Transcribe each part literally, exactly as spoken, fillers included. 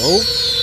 Alô?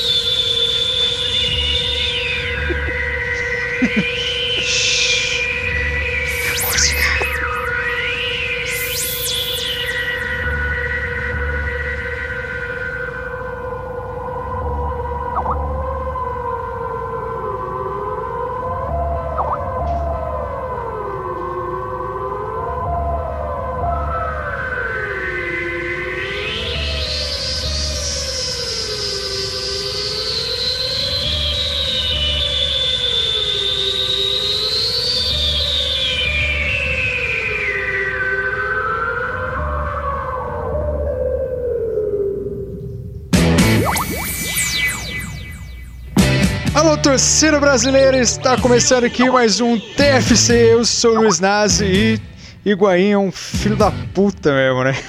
Alô, torcida brasileira, está começando aqui mais um T F C. Eu sou o Luiz Nazi e Higuaín é um filho da puta mesmo, né?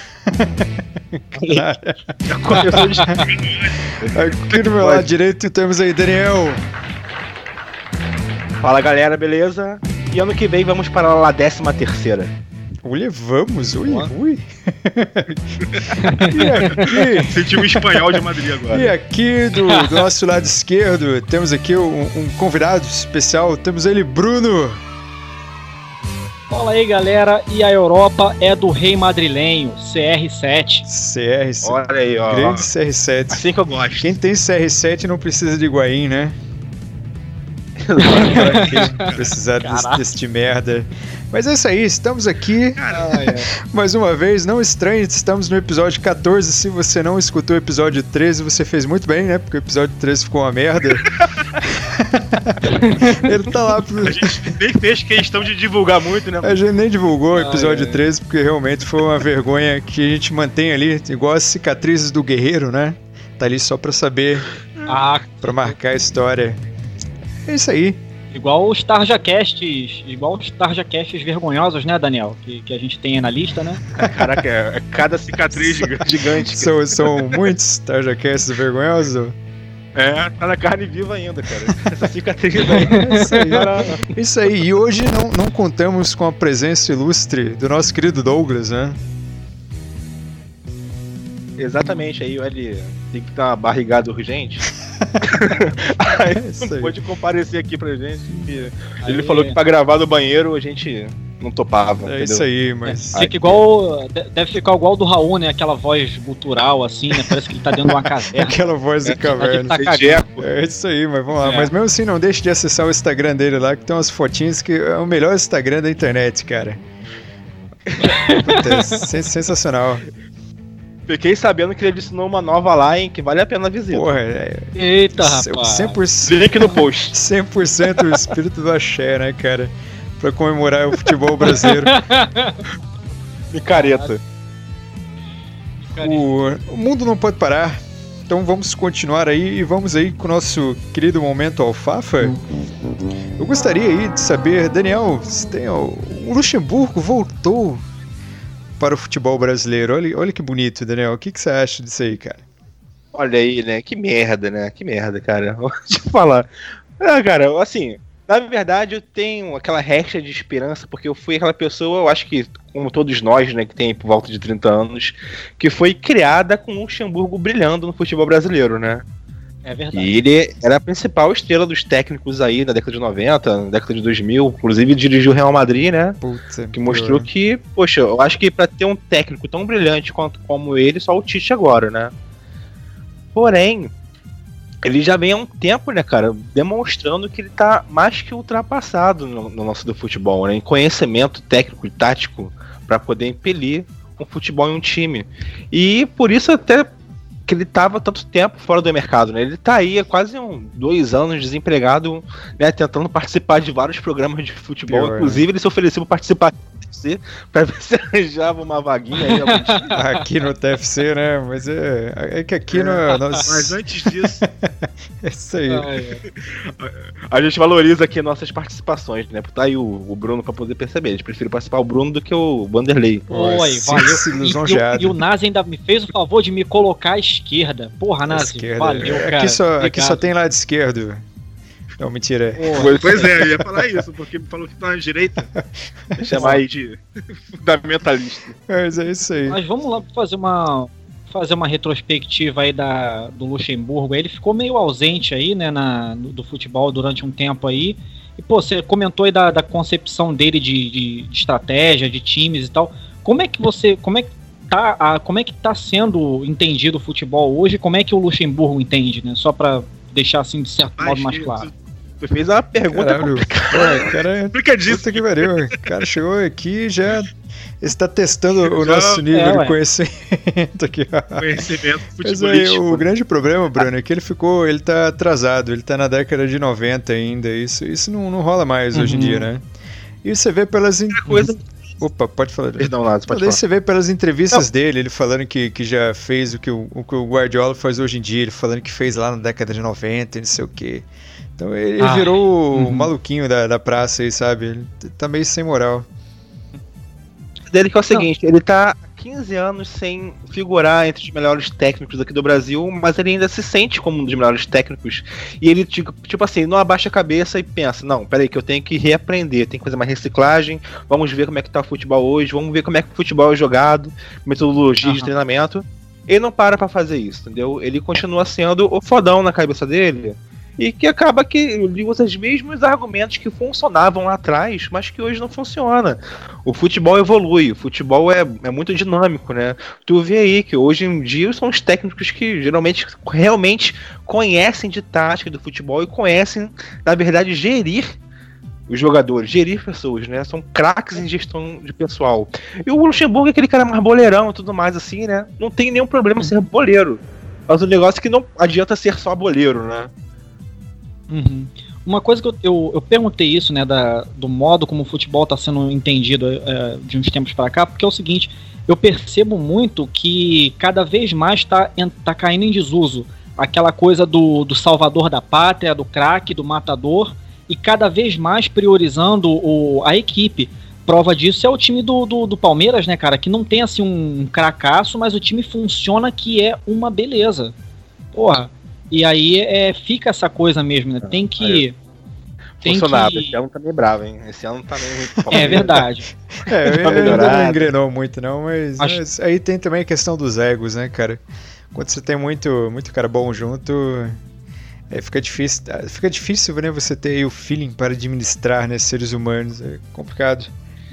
Aqui do meu lado direito temos aí Daniel. Fala galera, beleza? E ano que vem vamos para a décima terceira. Ui, vamos, ui, ui. E aqui... Sentiu o espanhol de Madrid agora. E aqui do, do nosso lado esquerdo temos aqui um, um convidado especial, temos ele, Bruno. Fala aí galera, e a Europa é do rei madrilenho, C R sete. C R sete. Olha aí, ó. Grande C R sete. Assim que eu gosto. Quem tem C R sete não precisa de Higuaín, né? Precisar desse, desse merda. Mas é isso aí, estamos aqui Caralho. mais uma vez, não estranhe, estamos no episódio catorze. Se você não escutou o episódio treze, você fez muito bem, né? Porque o episódio treze ficou uma merda. Ele tá lá pro... A gente nem fez questão de divulgar muito, né? A gente nem divulgou o episódio ai, ai. treze, porque realmente foi uma vergonha que a gente mantém ali, igual as cicatrizes do guerreiro, né? Tá ali só pra saber, Ah, pra marcar a história. É isso aí. igual os Tarjacasts, igual os Tarjacasts vergonhosos, né, Daniel? Que, que a gente tem aí na lista, né? Caraca, é cada cicatriz gigante. São, são muitos Tarjacasts vergonhosos. É, tá na carne viva ainda, cara. Essa cicatriz aí. É isso aí. Isso aí. E hoje não, não contamos com a presença ilustre do nosso querido Douglas, né? Exatamente, aí ele tem que dar uma barrigada urgente. Aí É isso não aí. pôde comparecer aqui pra gente. que Ele Aí. falou que pra gravar no banheiro a gente não topava. É entendeu? isso aí, mas... Fica igual. de- Deve ficar igual do Raul, né? Aquela voz gutural, assim, né? Parece que ele tá dentro de uma caverna. Aquela voz de Ele caverna. tá Tem cagando. Jeco. É isso aí, mas vamos lá. É. Mas mesmo assim, não deixe de acessar o Instagram dele lá, que tem umas fotinhas que é o melhor Instagram da internet, cara. Puta, sen- sensacional. Fiquei sabendo que ele adicionou uma nova lá, hein, que vale a pena a visita. Porra, é... Eita, rapaz. cem por cento, Link no post. cem por cento o espírito do axé, né, cara? Pra comemorar o futebol brasileiro. Micareta. O, o mundo não pode parar. Então vamos continuar aí e vamos aí com o nosso querido momento alfafa. Eu gostaria aí de saber, Daniel, se tem, ó, o Luxemburgo voltou para o futebol brasileiro. Olha, olha que bonito, Daniel. O que, que você acha disso aí, cara? Olha aí, né? Que merda, né? Que merda, cara. Deixa eu falar. Ah, cara, assim, na verdade eu tenho aquela resta de esperança, porque eu fui aquela pessoa, eu acho que, como todos nós, né, que tem por volta de trinta anos, que foi criada com o Luxemburgo brilhando no futebol brasileiro, né? É verdade. E ele era a principal estrela dos técnicos aí na década de noventa, na década de dois mil, inclusive dirigiu o Real Madrid, né? Puta, Que mostrou que, poxa, eu acho que pra ter um técnico tão brilhante quanto como ele, só o Tite agora, né? Porém, ele já vem há um tempo, né, cara, demonstrando que ele tá mais que ultrapassado no, no lance do futebol, né? Em conhecimento técnico e tático pra poder impelir um futebol em um time. E por isso até que ele tava tanto tempo fora do mercado, né? Ele tá aí há quase um, dois anos desempregado, né? Tentando participar de vários programas de futebol. Pior, Inclusive, né? Ele se ofereceu pra participar do T F C pra ver se arranjava uma vaguinha aí. algum time. aqui no T F C, né? Mas é, é que aqui no nós... Mas antes disso, É isso aí. Ah, é. A gente valoriza aqui nossas participações, né? Tá aí o, o Bruno pra poder perceber. A gente prefere participar o Bruno do que o Vanderlei. Oi, Sim, valeu. sim, E, e, lisonjeado. o- e o Nazi ainda me fez o favor de me colocar à esquerda. Porra, Nazi, Esquerda. valeu, cara. Aqui só, aqui Obrigado. só tem lado esquerdo. Não, mentira. Porra. pois é, eu ia falar isso, porque me falou que tá na direita. Chamar aí de fundamentalista. Mas é isso aí. Mas vamos lá fazer uma fazer uma retrospectiva aí da, do Luxemburgo. Ele ficou meio ausente aí, né, na, no, do futebol durante um tempo aí. E, pô, você comentou aí da, da concepção dele de, de, de estratégia, de times e tal. Como é que você, como é que tá, a, como é que tá sendo entendido o futebol hoje? Como é que o Luxemburgo entende, né? Só pra deixar, assim, de certo Mas, modo mais claro. Tu fez uma pergunta Caralho, complicada. pô, cara, Complicadíssimo. puta que pariu. O cara chegou aqui e já está testando o Já- nosso nível é, de ué. conhecimento aqui. Conhecimento Mas aí, futebolístico. o grande problema, Bruno, é que ele ficou, ele tá atrasado, ele tá na década de noventa ainda, isso, isso não, não rola mais hoje em Uhum. dia, né? E você vê pelas... in- coisa- Opa, pode falar. Perdão, Lázaro, Então, pode daí falar. você vê pelas entrevistas dele, ele falando que, que já fez o que o, o que o Guardiola faz hoje em dia, ele falando que fez lá na década de noventa e não sei o quê. Então ele Ai, virou o uhum. maluquinho da, da praça aí, sabe? Ele tá meio sem moral. Dele que é o seguinte, ele tá há quinze anos sem figurar entre os melhores técnicos aqui do Brasil, mas ele ainda se sente como um dos melhores técnicos. E ele, tipo, tipo assim, não abaixa a cabeça e pensa, não, peraí, que eu tenho que reaprender, tenho que fazer uma reciclagem, vamos ver como é que tá o futebol hoje, vamos ver como é que o futebol é jogado, metodologia de Aham. treinamento. Ele não para pra fazer isso, entendeu? Ele continua sendo o fodão na cabeça dele. E que acaba que ele usa os mesmos argumentos que funcionavam lá atrás, mas que hoje não funciona. O futebol evolui, o futebol é, é muito dinâmico, né? Tu vê aí que hoje em dia são os técnicos que geralmente realmente conhecem de tática do futebol e conhecem, na verdade, gerir os jogadores, gerir pessoas, né? São craques em gestão de pessoal. E o Luxemburgo é aquele cara mais boleirão e tudo mais assim, né? Não tem nenhum problema ser boleiro. Mas o negócio é que não adianta ser só boleiro, né? Uhum. Uma coisa que eu, eu, eu perguntei isso, né, da, do modo como o futebol está sendo entendido é, de uns tempos para cá, porque é o seguinte, eu percebo muito que cada vez mais está tá caindo em desuso aquela coisa do, do salvador da pátria, do craque, do matador, e cada vez mais priorizando o, a equipe. Prova disso é o time do, do, do Palmeiras, né, cara, que não tem assim um cracaço, mas o time funciona que é uma beleza. Porra. E aí é, fica essa coisa mesmo, né? Tem que. Tem Funcionava. que... Esse ano tá meio bravo, hein? Esse ano tá meio ruim. É verdade. É, Tá ele ainda não melhorado. engrenou muito não, mas, Acho- mas aí tem também a questão dos egos, né, cara? Quando você tem muito, muito cara bom junto, é, fica difícil, fica difícil, né, você ter aí o feeling para administrar, né, seres humanos, é complicado.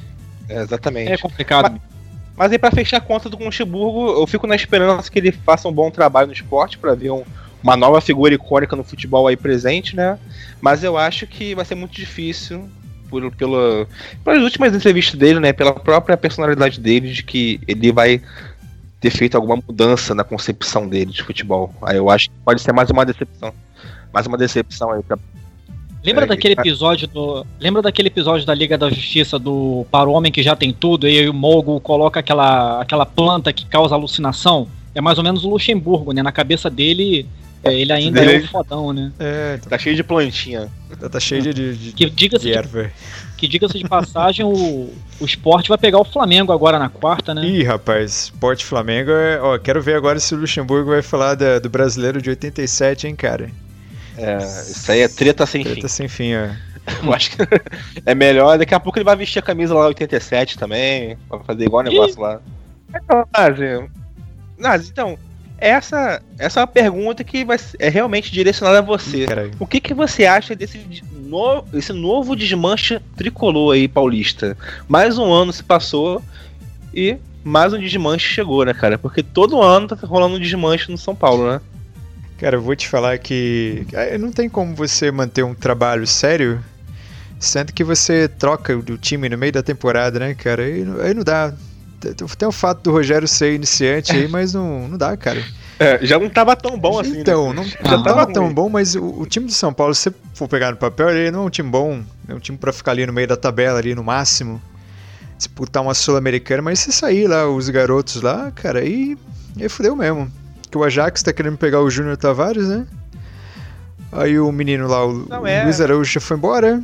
É, exatamente. É complicado. Mas aí pra fechar a conta do Luxemburgo, eu fico na esperança que ele faça um bom trabalho no esporte pra ver um, uma nova figura icônica no futebol aí presente, né? Mas eu acho que vai ser muito difícil por, pela, pelas últimas entrevistas dele, né? Pela própria personalidade dele, de que ele vai ter feito alguma mudança na concepção dele de futebol. Aí eu acho que pode ser mais uma decepção. Mais uma decepção aí pra... Lembra É, daquele é. episódio do. Lembra daquele episódio da Liga da Justiça do Para o Homem que Já Tem Tudo, e aí o Mogul coloca aquela, aquela planta que causa alucinação? É mais ou menos o Luxemburgo, né? Na cabeça dele, é, ele ainda Dele- é o fodão, né? É, Tá cheio de plantinha. tá, tá cheio de, de, de, Que diga-se de de, erva. que diga-se de passagem, o, o Sport vai pegar o Flamengo agora na quarta, né? Ih, rapaz, Sport Flamengo, é, ó, quero ver agora se o Luxemburgo vai falar da- do brasileiro de oitenta e sete, hein, cara. É, isso aí é treta sem fim. Treta sem fim, ó. Eu acho que é melhor. Daqui a pouco ele vai vestir a camisa lá oitenta e sete também. Vai fazer igual o negócio lá. Então, Nazi, Nazi, então, essa, essa é uma pergunta que vai, ser- é realmente direcionada a você. Caralho. O que, que você acha desse de- no, esse novo desmanche tricolor aí, paulista? Mais um ano se passou e mais um desmanche chegou, né, cara? Porque todo ano tá rolando um desmanche no São Paulo, né? Cara, eu vou te falar que eh, não tem como você manter um trabalho sério sendo que você troca o time no meio da temporada, né, cara? Aí, não- aí não dá. Tem- Tem o fato do Rogério ser iniciante aí, mas não, não dá, cara. É, já não tava tão bom assim. Então, né? não, Já já não tava tava tão ruim. bom, mas o, o time do São Paulo, se você for pegar no papel, ele não é um time bom, é um time pra ficar ali no meio da tabela, ali no máximo, disputar uma Sul-Americana, mas se sair lá os garotos lá, cara, aí, aí fudeu mesmo. Que o Ajax tá querendo pegar o Júnior Tavares, né? Aí o menino lá, o, Não, o é. Luiz Araújo já foi embora.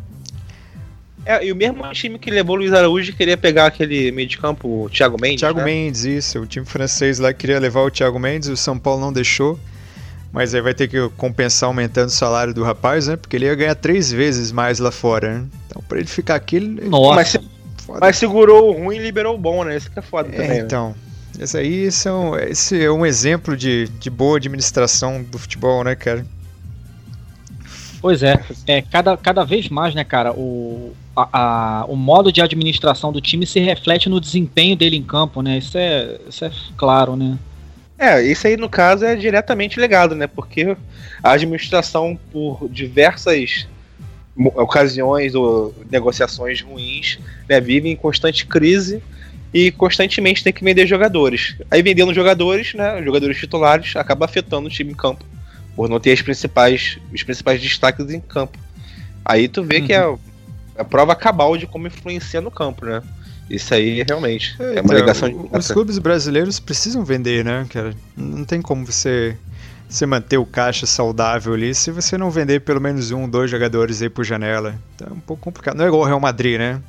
É, e o mesmo time que levou o Luiz Araújo queria pegar aquele meio de campo, o Thiago Mendes. Thiago né? Mendes, isso. O time francês lá queria levar o Thiago Mendes, o São Paulo não deixou. Mas aí vai ter que compensar aumentando o salário do rapaz, né? Porque ele ia ganhar três vezes mais lá fora, né? Então pra ele ficar aqui, ele... Nossa. Mas, se- foda. mas segurou o ruim e liberou o bom, né? Isso que é foda É, também. né? então. Esse aí são, esse é um exemplo de, de boa administração do futebol, né, cara? Pois é, é cada, cada vez mais, né, cara, o, a, a, o modo de administração do time se reflete no desempenho dele em campo, né? Isso é, isso é claro, né? É, isso aí no caso é diretamente ligado, né? Porque a administração, por diversas ocasiões ou negociações ruins, né, vive em constante crise e constantemente tem que vender jogadores. Aí vendendo jogadores, né, jogadores titulares, acaba afetando o time em campo, por não ter as principais, os principais destaques em campo. Aí tu vê uhum. que é a prova cabal de como influencia no campo, né? Isso aí realmente é, é uma então, ligação de... Os clubes brasileiros precisam vender, né, cara? Não tem como você, você manter o caixa saudável ali se você não vender pelo menos um, dois jogadores aí por janela. Então é um pouco complicado. Não é igual o Real Madrid, né?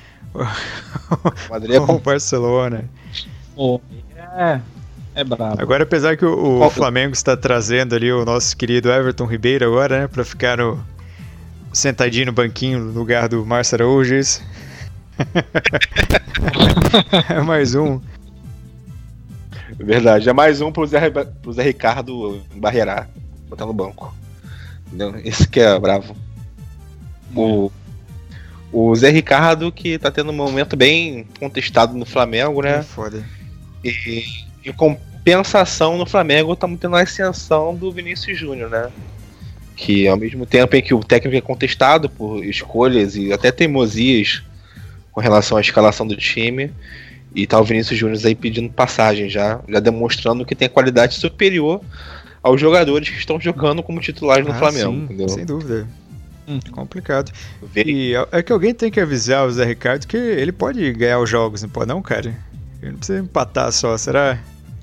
O Madrid é com o Barcelona. Oh, é, é brabo. Agora, apesar que o, o Flamengo está trazendo ali o nosso querido Everton Ribeiro agora, né, pra ficar no, sentadinho no banquinho no lugar do Márcio Araújo, isso. É mais um. Verdade, é mais um pro Zé, pro Zé Ricardo barreirar, botar no banco. Entendeu? Esse que é bravo. O, o Zé Ricardo que tá tendo um momento bem contestado no Flamengo, né? É foda. E em compensação no Flamengo estamos tendo a ascensão do Vinícius Júnior, né? Que ao mesmo tempo em que o técnico é contestado por escolhas e até teimosias com relação à escalação do time, e tá o Vinícius Júnior aí pedindo passagem já, já demonstrando que tem qualidade superior aos jogadores que estão jogando como titulares no ah, Flamengo, sim, entendeu? Sem dúvida. Hum, complicado. Vê. E é que alguém tem que avisar o Zé Ricardo que ele pode ganhar os jogos, não pode não, cara? Ele não precisa empatar só, será?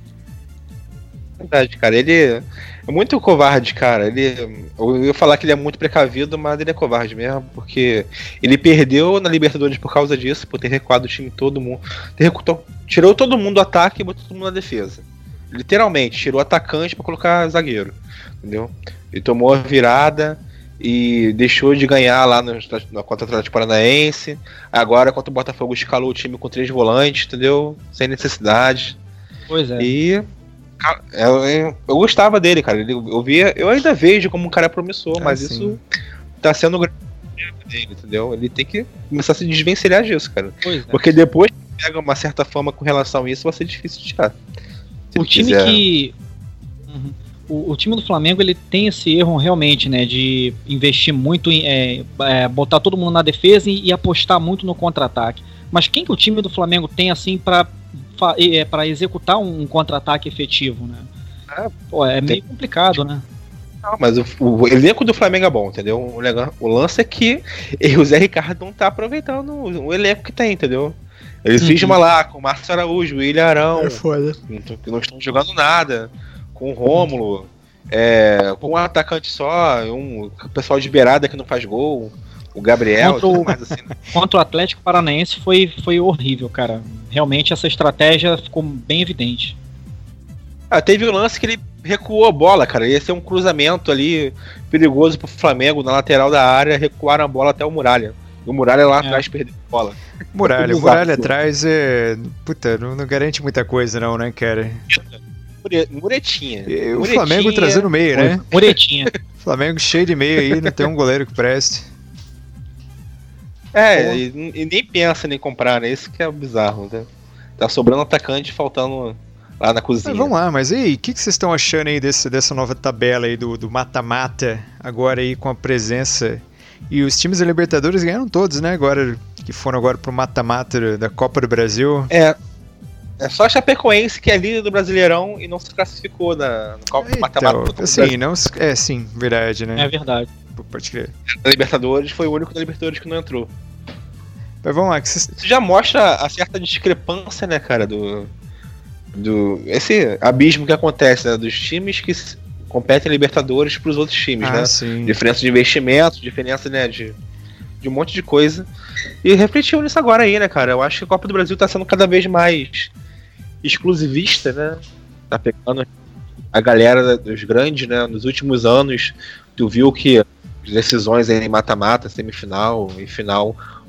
Verdade, cara, ele é muito covarde, cara. Ele, eu ia falar que ele é muito precavido, mas ele é covarde mesmo, porque ele perdeu na Libertadores por causa disso, por ter recuado o time todo mundo. Ter recuado, tirou todo mundo do ataque e botou todo mundo na defesa. Literalmente, tirou o atacante pra colocar zagueiro, entendeu? Ele tomou a virada e deixou de ganhar lá no, na contra o Atlético Paranaense. Agora, contra o Botafogo, escalou o time com três volantes, entendeu? Sem necessidade. Pois é. E Eu, eu, eu gostava dele, cara. Ele, eu via, eu ainda vejo como um cara promissor, é, mas sim. isso tá sendo o grande dele, entendeu? Ele tem que começar a se desvencilhar disso, cara. Pois é. Porque depois que pega uma certa fama com relação a isso, vai ser difícil de tirar. Se O time quiser. que. Uhum. O, o time do Flamengo ele tem esse erro realmente, né? De investir muito em. É, é, botar todo mundo na defesa e, e apostar muito no contra-ataque. Mas quem que o time do Flamengo tem assim pra. É, para executar um contra-ataque efetivo, né? Ah, Pô, é meio tem... complicado, né? Não, mas o, o elenco do Flamengo é bom, entendeu? O, legal, o lance é que o Zé Ricardo não tá aproveitando o, o elenco que tem, entendeu? Eles uhum. cismam lá com o Márcio Araújo, o Ilha Arão, é foda. que não estão jogando nada, com o Rômulo, é, com um atacante só, um pessoal de beirada que não faz gol. O Gabriel, contra o, mais assim, né? Contra o Atlético Paranaense foi, foi horrível, cara. Realmente essa estratégia ficou bem evidente. Ah, teve um lance que ele recuou a bola, cara. Ia ser um cruzamento ali perigoso pro Flamengo na lateral da área, recuaram a bola até o Muralha. E o Muralha lá é. atrás perdeu a bola. Muralha, Muralha atrás é. Puta, não, não garante muita coisa, não, né, cara? Muretinha. E o Muretinha. Flamengo trazendo meio, né? Muretinha. Flamengo cheio de meio aí, não tem um goleiro que preste. É, e, e nem pensa em comprar, né? Isso que é bizarro, né? Tá sobrando atacante, faltando lá na cozinha. Mas vamos lá, mas e aí, o que, que vocês estão achando aí desse, dessa nova tabela aí do, do mata-mata, agora aí com a presença... E os times da Libertadores ganharam todos, né? Agora, que foram agora pro mata-mata da Copa do Brasil. É, é só a Chapecoense que é líder do Brasileirão e não se classificou na, no Copa então, mata-mata do assim, não, é sim, verdade, né? É verdade. Pode crer. Da Libertadores, foi o único da Libertadores que não entrou. Mas vamos lá, que vocês... Isso já mostra a certa discrepância, né, cara, do... do esse abismo que acontece, né, dos times que competem em Libertadores pros outros times, ah, né? Sim. Diferença de investimento, diferença, né, de, de um monte de coisa. E refletiu nisso agora aí, né, cara? Eu acho que a Copa do Brasil tá sendo cada vez mais exclusivista, né? Tá pegando a galera dos grandes, né? Nos últimos anos, tu viu que as decisões em mata-mata, semifinal e final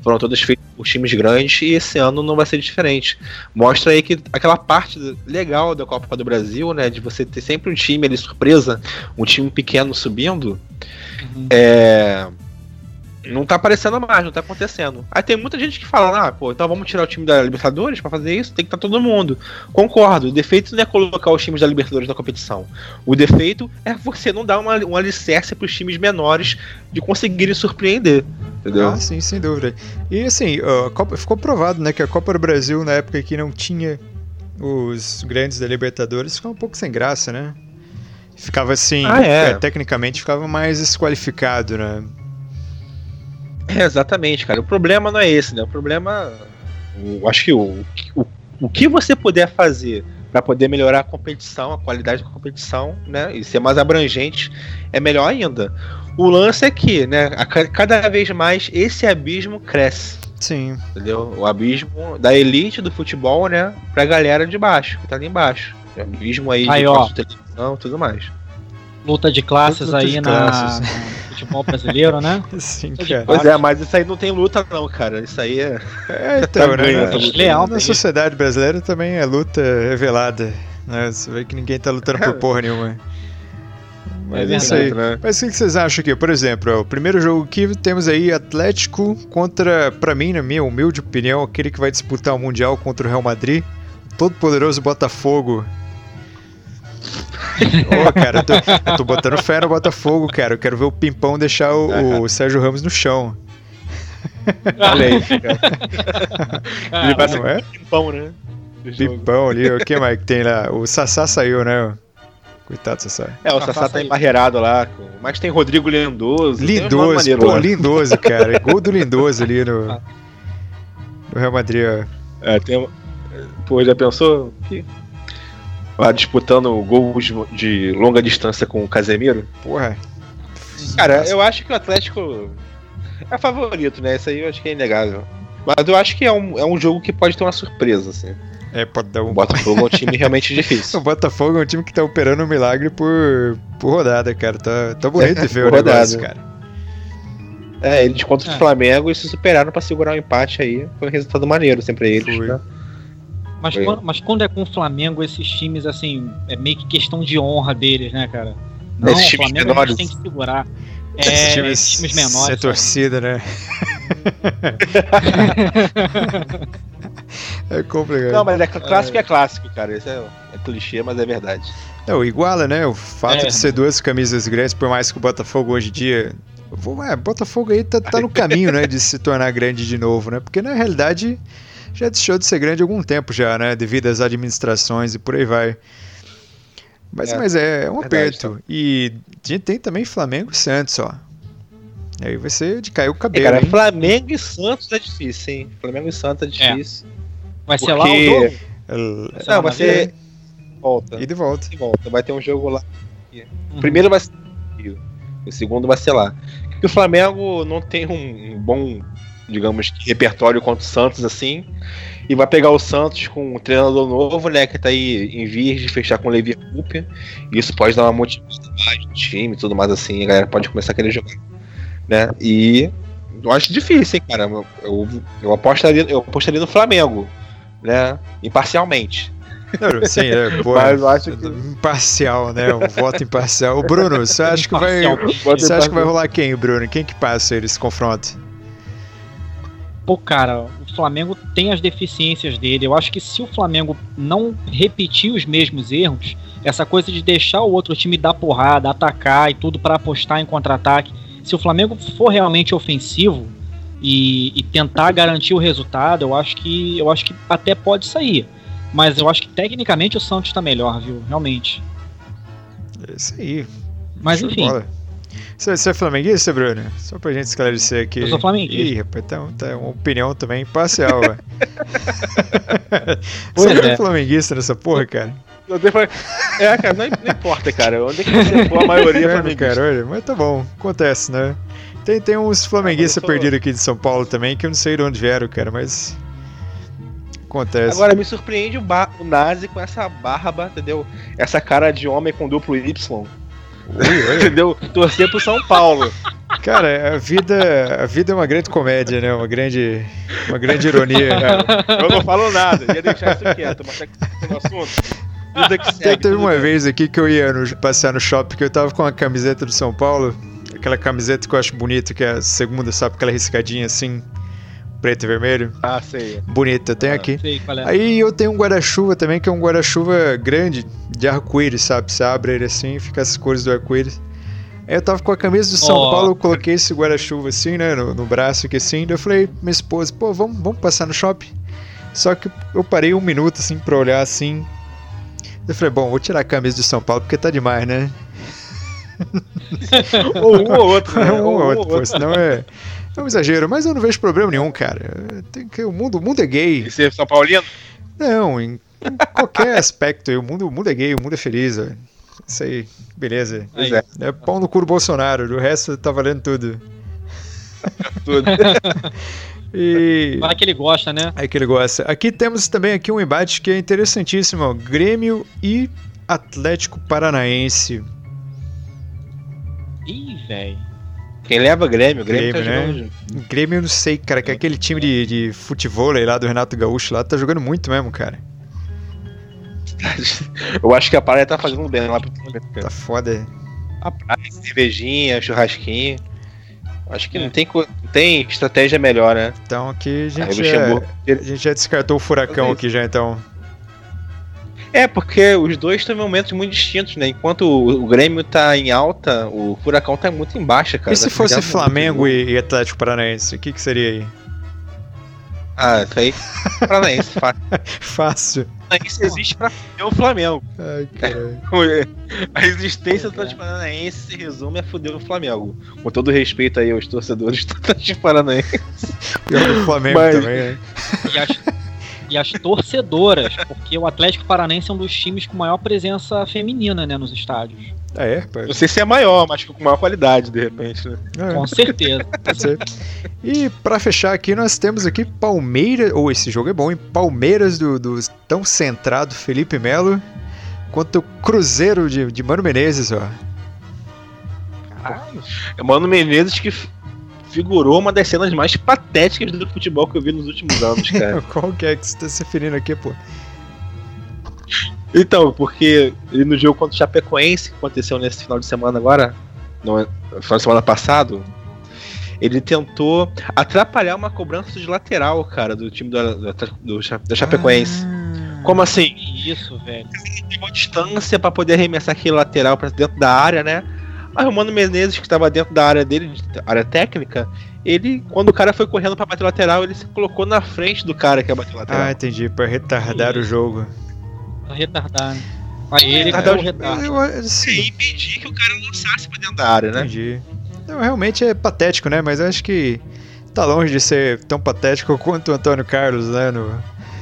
foram todas feitas por times grandes e esse ano não vai ser diferente. Mostra aí que aquela parte legal da Copa do Brasil, né, de você ter sempre um time ali surpresa, um time pequeno subindo, uhum. é... não tá aparecendo mais, não tá acontecendo. Aí tem muita gente que fala, ah, pô, então vamos tirar o time da Libertadores pra fazer isso? Tem que estar todo mundo. Concordo, o defeito não é colocar os times da Libertadores na competição. O defeito é você não dar uma, um alicerce pros times menores de conseguirem surpreender, entendeu? Ah, sim, sem dúvida. E assim, a Copa, ficou provado, né, que a Copa do Brasil, na época que não tinha os grandes da Libertadores, ficava um pouco sem graça, né? Ficava assim, ah, é. É, tecnicamente ficava mais desqualificado, né? É, exatamente, cara. O problema não é esse, né? O problema, eu acho que o, o, o que você puder fazer para poder melhorar a competição, a qualidade da competição, né, e ser mais abrangente, é melhor ainda. O lance é que, né, a, cada vez mais esse abismo cresce. Sim. Entendeu? O abismo da elite do futebol, né, pra galera de baixo, que tá ali embaixo. O abismo aí, aí de ó, televisão e tudo mais. Luta de classes luta aí de na, classes. no futebol brasileiro, né? Sim, cara. Pois é, mas isso aí não tem luta não, cara. Isso aí é... É, então, tá né? ganho, Na, leal, na sociedade brasileira também é luta revelada, né? Você vê que ninguém tá lutando por porra nenhuma. Mas é isso aí. Né? Mas o que vocês acham aqui? Por exemplo, o primeiro jogo que temos aí Atlético contra, pra mim, na minha humilde opinião, aquele que vai disputar o Mundial contra o Real Madrid, todo poderoso Botafogo. Ô, oh, cara, eu tô, eu tô botando fé no Botafogo, cara. Eu quero ver o Pimpão deixar o, o Sérgio Ramos no chão. Olha aí, cara. Ele vai ser é? Pimpão, né? Pimpão ali, o que mais que tem lá? O Sassá saiu, né? Coitado do Sassá. É, o Sassá, Sassá tá embarreirado lá. Mas tem Rodrigo Lindoso. Lindoso, tem um pô, lá. Lindoso, cara. Gol do Lindoso ali no, no Real Madrid, ó. É, tem. Pô, já pensou? Que... Lá disputando gols de longa distância com o Casemiro. Porra. Cara, eu acho que o Atlético é favorito, né? Isso aí eu acho que é inegável. Mas eu acho que é um, é um jogo que pode ter uma surpresa, assim. É, pode dar um... O Botafogo é um time realmente difícil. O Botafogo é um time que tá operando um milagre por, por rodada, cara. Tá, tá bonito de ver o rodada. negócio, cara. É, eles contra o é. Flamengo e se superaram pra segurar o um empate aí. Foi um resultado maneiro sempre pra eles, Foi. né? Mas quando, mas quando é com o Flamengo, esses times, assim, é meio que questão de honra deles, né, cara? Não, Esses o times Flamengo menores. tem que segurar. É, Esses times, times menores. É torcida, né? É complicado. Não, mas é clássico, é clássico, cara. Isso é, é clichê, mas é verdade. Não, iguala, né? O fato É. de ser duas camisas grandes, por mais que o Botafogo hoje em dia... É, Botafogo aí tá, tá no caminho, né? De se tornar grande de novo, né? Porque na realidade... já deixou de ser grande há algum tempo já, né? Devido às administrações e por aí vai. Mas é, mas é, é um verdade, aperto. então. E a gente tem também Flamengo e Santos, ó. Aí vai ser de cair o É, cabelo, cara, hein? Flamengo e Santos é difícil, hein? Flamengo e Santos é difícil. Vai ser Porque- lá o jogo? El- Não, vai ser... Volta. E de volta. E volta. Vai ter um jogo lá. Uhum. O primeiro vai ser Rio. O segundo vai ser lá. Porque o Flamengo não tem um, um bom, digamos que, repertório contra o Santos, assim. E vai pegar o Santos com um treinador novo, né? Que tá aí em vias de fechar com o Levi Coupe. E isso pode dar uma motivação mais no time e tudo mais assim. A galera pode começar a querer jogar. Né? E eu acho difícil, hein, cara. Eu, eu, eu, apostaria, eu apostaria no Flamengo, né? Imparcialmente. Não, sim, é, pô, Mas eu acho que- imparcial, né? Um voto imparcial. O Bruno, você acha que vai. Imparcial. Você acha que vai rolar quem, Bruno? Quem que passa esse confronto? Pô, cara, o Flamengo tem as deficiências dele. Eu acho que se o Flamengo não repetir os mesmos erros, essa coisa de deixar o outro time dar porrada, atacar e tudo pra apostar em contra-ataque, se o Flamengo for realmente ofensivo e, e tentar garantir o resultado, eu acho que eu acho que até pode sair. Mas eu acho que tecnicamente o Santos tá melhor, viu? Realmente. É isso aí. Mas Show de enfim. bola. Você, você é flamenguista, Bruno? Só pra gente esclarecer aqui. Eu sou flamenguista. Ih, rapaz, tá, tá uma opinião também imparcial, ué. Pois Você é é. flamenguista nessa porra, cara? É, cara, não, não importa, cara. Onde é que você for, a maioria é É, flamenguista. cara, olha, mas tá bom, acontece, né? Tem, tem uns flamenguistas Ah, mas eu sou- perdidos aqui de São Paulo também, que eu não sei de onde vieram, cara, mas... Acontece. Agora me surpreende o, ba- o Nazi com essa barba, entendeu? Essa cara de homem com duplo Y. Ui, olha. Entendeu? Torcer pro São Paulo. Cara, a vida, a vida é uma grande comédia, né? Uma grande, uma grande ironia. Eu não falo nada, ia deixar isso quieto, mas tá no assunto. Vida que segue, Teve uma bem. vez aqui que eu ia no, passear no shopping que eu tava com uma camiseta do São Paulo, aquela camiseta que eu acho bonita, que é a segunda, sabe? Aquela riscadinha assim, preto e vermelho. Ah, sei. Bonita, tem Ah, aqui. Sei qual é. Aí eu tenho um guarda-chuva também, que é um guarda-chuva grande, de arco-íris, sabe? Você abre ele assim, fica as cores do arco-íris. Aí eu tava com a camisa do São Ó. Paulo, eu coloquei esse guarda-chuva assim, né, no, no braço aqui assim, daí eu falei pra minha esposa, pô, vamos, vamos passar no shopping? Só que eu parei um minuto assim pra olhar assim, eu falei, bom, vou tirar a camisa do São Paulo porque tá demais, né? Ou um ou outro, né? Um Ou ou um outro, pô, senão é, é um exagero, mas eu não vejo problema nenhum, cara. Tem que, o, mundo, o mundo é gay. E ser São Paulino? Não, em, em qualquer aspecto, o mundo, o mundo é gay, o mundo é feliz, ó. Isso aí, beleza. Pois Aí. é, É pau no cu do Bolsonaro, o resto tá valendo tudo. tudo. E Vai que ele gosta, né? aí que ele gosta. Aqui temos também aqui um embate que é interessantíssimo, ó. Grêmio e Atlético Paranaense. Ih, velho. Quem leva Grêmio, o Grêmio, Grêmio, tá né? jogando. Grêmio eu não sei, cara, que é aquele time de, de futebol aí lá do Renato Gaúcho lá tá jogando muito mesmo, cara. Eu acho que a praia tá fazendo bem lá pro Tá foda. A praia, cervejinha, churrasquinho. Acho que não tem, co- não tem estratégia melhor, né? Então aqui a Aí gente, o já, Luxemburgo. a gente já descartou o furacão Talvez. aqui já, então. É, porque os dois estão em momentos muito distintos, né? Enquanto o, o Grêmio tá em alta, o Furacão tá muito em baixa, cara. E se Tá fosse perdendo Flamengo muito. e, e Atlético Paranaense, o que que seria aí? Ah, isso aí. Paranaense, fácil. Fácil. Paranaense existe pra fuder o Flamengo. Ai, caralho. A existência do Atlético Paranaense se resume a fuder o Flamengo. Com todo respeito aí aos torcedores do Atlético Paranaense. Pior do Flamengo Mas- também, né? E as, e as torcedoras, porque o Atlético Paranaense é um dos times com maior presença feminina, né, nos estádios. Ah, é? Pode Não sei se é maior, mas com maior qualidade, de repente, né? Com certeza. ser. E pra fechar aqui, nós temos aqui Palmeiras. Ou oh, esse jogo é bom, hein? Palmeiras do, do tão centrado Felipe Melo contra o Cruzeiro de, de Mano Menezes, ó. É Mano Menezes que f- figurou uma das cenas mais patéticas do futebol que eu vi nos últimos anos, cara. Qual que é que você tá se referindo aqui, pô? Então, porque ele no jogo contra o Chapecoense, que aconteceu nesse final de semana agora, no final de semana passado, ele tentou atrapalhar uma cobrança de lateral, cara, do time do, do, do, Cha- da Chapecoense. Ah. Como assim? Isso, velho. Tem uma distância pra poder arremessar aquele lateral pra dentro da área, né? Mas o Mano Menezes, que estava dentro da área dele, área técnica, ele, quando o cara foi correndo pra bater lateral, ele se colocou na frente do cara que ia bater lateral. Ah, entendi. Pra retardar o jogo. Pra retardar, né? Aí ele que Retardar foi o o- retardo. Eu, E assim, impedir que o cara lançasse pra dentro da área, né? entendi. Não, realmente é patético, né? Mas eu acho que tá longe de ser tão patético quanto o Antônio Carlos, né? No,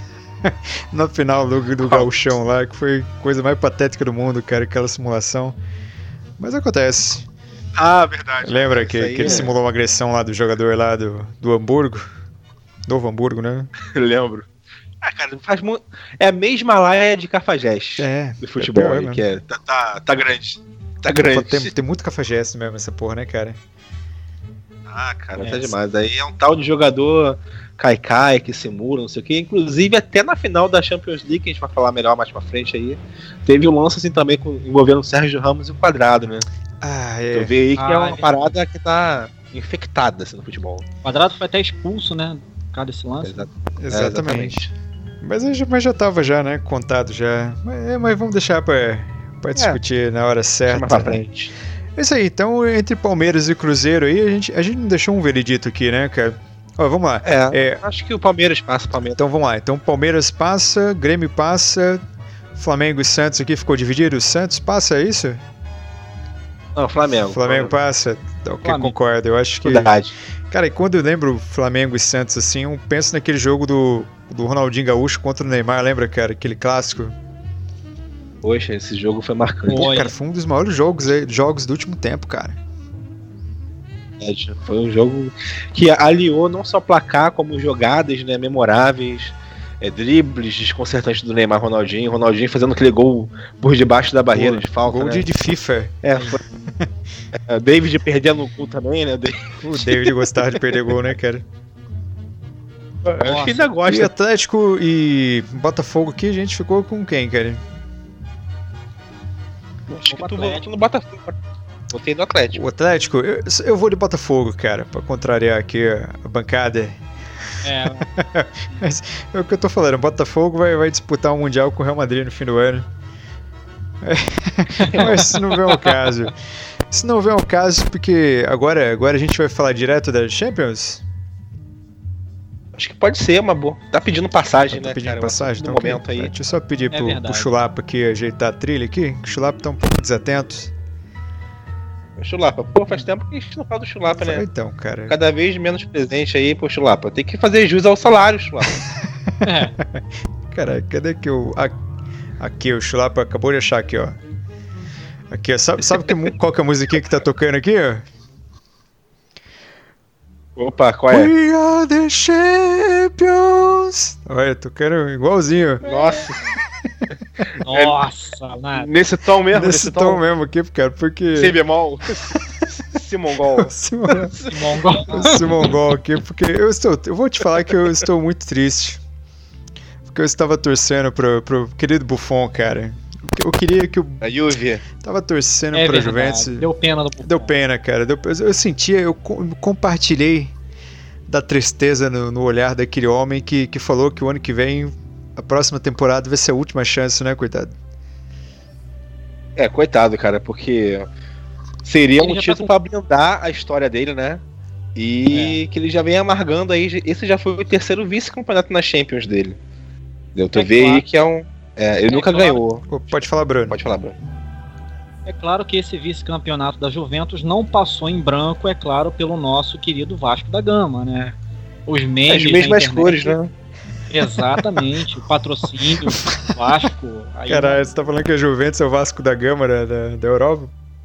no final do, do gauchão lá, que foi a coisa mais patética do mundo, cara, aquela simulação. Mas acontece. Ah, verdade. Lembra Isso que, aí que ele é- simulou uma agressão lá do jogador lá do, do Hamburgo? Novo Hamburgo, né? Eu lembro. Ah, cara, faz muito. É a mesma laia de Cafajeste É. do futebol, é pior, aí, né? que é. Tá, tá, tá grande. Tá grande. Tem, tem muito cafajeste mesmo essa porra, né, cara? Ah, cara, É. tá demais. Aí é um tal de jogador caicai que simula, não sei o que. Inclusive, até na final da Champions League, que a gente vai falar melhor mais pra frente aí, teve um lance assim também com, envolvendo o Sérgio Ramos e o Quadrado, né? Ah, Tu é. vê aí que Ah, é é uma verdade. parada que tá infectada assim, no futebol. O Quadrado foi até expulso, né? Por causa desse lance. Exato. Exatamente. Mas, eu já- mas já tava já, né? Contado já. Mas, é, mas vamos deixar pra, pra discutir na hora certa. Mais pra frente. É isso aí, então entre Palmeiras e Cruzeiro aí, a gente, a gente não deixou um veredito aqui, né, cara? Ó, vamos lá. É, É, acho que o Palmeiras passa o Palmeiras. então vamos lá. Então Palmeiras passa, Grêmio passa, Flamengo e Santos aqui ficou dividido. O Santos passa, é isso? Não, Flamengo. Flamengo passa? Ok, Flamengo. concordo. Eu acho que. Verdade. Cara, e quando eu lembro Flamengo e Santos assim, eu penso naquele jogo do, do Ronaldinho Gaúcho contra o Neymar, lembra, cara? Aquele clássico. Poxa, esse jogo foi marcante. Foi. Cara, foi um dos maiores jogos, aí- jogos do último tempo, cara. Foi um jogo que aliou não só placar, como jogadas, né, memoráveis, é, dribles desconcertantes do Neymar, Ronaldinho, Ronaldinho fazendo aquele gol por debaixo da barreira Pô, de falta, Gol né? de, de FIFA. É, foi, É, David perdendo o gol também, né? O David gostava de perder gol, né, cara? Acho que ainda E gosta. Atlético e Botafogo aqui, a gente ficou com quem, cara? Acho que tu votou no Botafogo. Votei no Atlético. O Atlético? Eu, eu vou de Botafogo, cara, pra contrariar aqui a bancada. É, Mas é o que eu tô falando, o Botafogo vai, vai disputar o Mundial com o Real Madrid no fim do ano. Mas se não vê o caso. Se não vê o caso, porque agora, agora a gente vai falar direto da Champions? Acho que pode ser uma boa. Tá pedindo passagem, Tá né, pedindo cara? passagem? No Então, momento ok. aí. Deixa eu só pedir É pro, pro verdade. Chulapa aqui ajeitar a trilha aqui. O Chulapa tá um pouco desatento. Chulapa. Pô, faz tempo que a gente não fala do Chulapa, né? Então, cara. Cada vez menos presente aí, pô, Chulapa. Tem que fazer jus ao salário, Chulapa. é. Cara, cadê que eu. a- Aqui, o Chulapa acabou de achar aqui, ó. Aqui, ó. Sabe, sabe que mu- qual que é a musiquinha que tá tocando aqui, ó? Opa, qual é? We are the champions! Olha, tocando igualzinho. Nossa, Nossa, nada. nesse tom mesmo, Nesse nesse, tom tom. mesmo aqui, cara, porque. Si bemol. Si mongol. Simon, Mongol. Simon Gol aqui, porque eu estou. Eu vou te falar que eu estou muito triste. Porque eu estava torcendo pro, pro querido Buffon, cara. Eu queria que o. A Juve. Tava torcendo É pra verdade. Juventus. Deu pena do Deu pena, cara. Deu- eu sentia, eu co- compartilhei da tristeza no, no olhar daquele homem que, que falou que o ano que vem, a próxima temporada vai ser a última chance, né, coitado? É, coitado, cara, porque seria Ele um já tá título com- pra blindar a história dele, né? E que ele já vem amargando aí. Esse já foi o terceiro vice-campeonato na Champions dele. Deu tu É vê claro. aí que é um. É, ele É nunca claro. ganhou. Ô, pode falar, Bruno. Pode falar, Bruno. É claro que esse vice-campeonato da Juventus não passou em branco, é claro, pelo nosso querido Vasco da Gama, né? Os memes. As na mesmas internet- cores, né? Exatamente, o patrocínio, o Vasco. Aí, Caralho, você tá falando que a Juventus é o Vasco da Gama da, da, da Europa?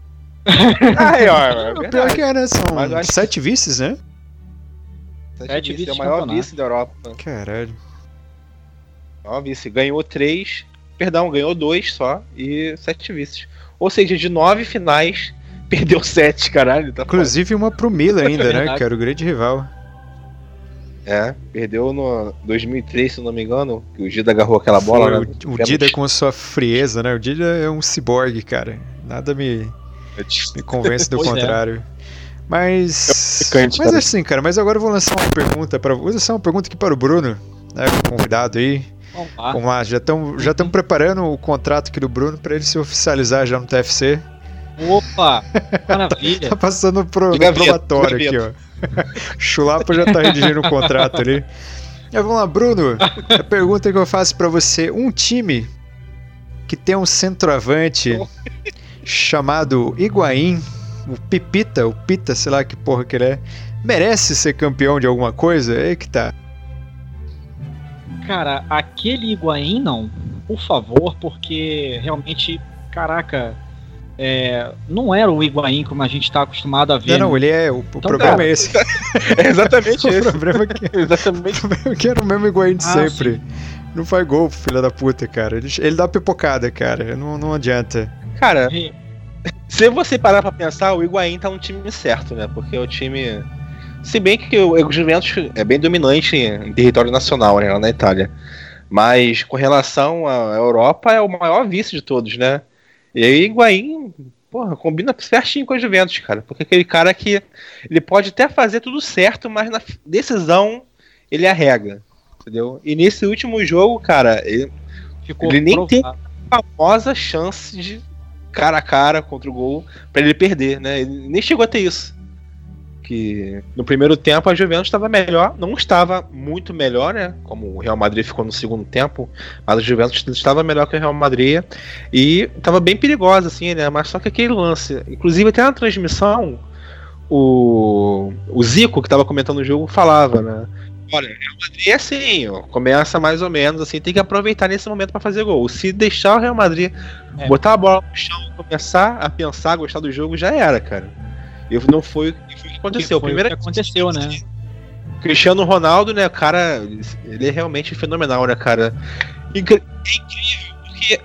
Aí, ó, é Pior verdade. que é, né? São Mas eu acho que- sete vices, né? Sete vice, é o maior vice-campeonato. vice da Europa. Caralho. Maior vice. Ganhou três. Perdão, ganhou dois só. E sete vices. Ou seja, de nove finais, perdeu sete, caralho. Tá foda. Inclusive uma pro Milan ainda, né? Verdade. Que era o grande rival. É, perdeu no dois mil e três, se eu não me engano. Que o Gida agarrou aquela bola. Foi né? o, o Dida com sua frieza, né? O Dida é um ciborgue, cara. Nada me, me convence do Pois é. contrário. Mas. Picante, Mas cara. assim, cara, mas agora eu vou lançar uma pergunta para. Vou lançar uma pergunta aqui para o Bruno, né? O convidado aí. Vamos lá. Vamos lá, já estamos já estamos preparando o contrato aqui do Bruno para ele se oficializar já no T F C. Opa, maravilha. Tá passando pro, De no gaveta, probatório de aqui, ó. Chulapa já tá redigindo o contrato ali. Mas vamos lá, Bruno. A pergunta que eu faço pra você: um time que tem um centroavante chamado Higuaín, o Pipita, o Pita, sei lá que porra que ele é, merece ser campeão de alguma coisa? É aí que tá. Cara, aquele Higuaín não, por favor, porque realmente, caraca, é, não era o Higuaín como a gente tá acostumado a ver. Não, não, né? ele é. O, o Então, problema cara, é esse. É exatamente O esse. problema é que, Exatamente. o problema é que era o mesmo Higuaín de Ah, sempre. Não faz gol, filho da puta, cara. Ele, ele dá pipocada, cara. Não, não adianta. Cara, É, se você parar pra pensar, o Higuaín tá no time certo, né? Porque o time. Se bem que o o Juventus é bem dominante em território nacional, né? Lá na Itália. Mas com relação à Europa, é o maior vice de todos, né? E aí o Higuaín, porra, combina certinho com a Juventus, cara. Porque aquele cara que ele pode até fazer tudo certo, mas na decisão ele arrega. Entendeu? E nesse último jogo, cara, ele ficou Ele nem tem- provado. famosa chance de cara a cara contra o gol pra ele perder, né? Ele nem chegou a ter isso. Que no primeiro tempo a Juventus estava melhor, não estava muito melhor, né? Como o Real Madrid ficou no segundo tempo, mas a Juventus estava melhor que o Real Madrid e estava bem perigosa, assim, né? Mas só que aquele lance, inclusive até na transmissão, o, o Zico, que estava comentando o jogo, falava, né? Olha, o Real Madrid é assim, ó, começa mais ou menos assim, tem que aproveitar nesse momento para fazer gol. Se deixar o Real Madrid É. botar a bola no chão, começar a pensar, gostar do jogo, já era, cara. E não foi, e foi o que aconteceu. Que foi Primeiro o que aconteceu, né? Cristiano Ronaldo, né, cara, ele é realmente fenomenal, né, cara? Incri- É incrível, porque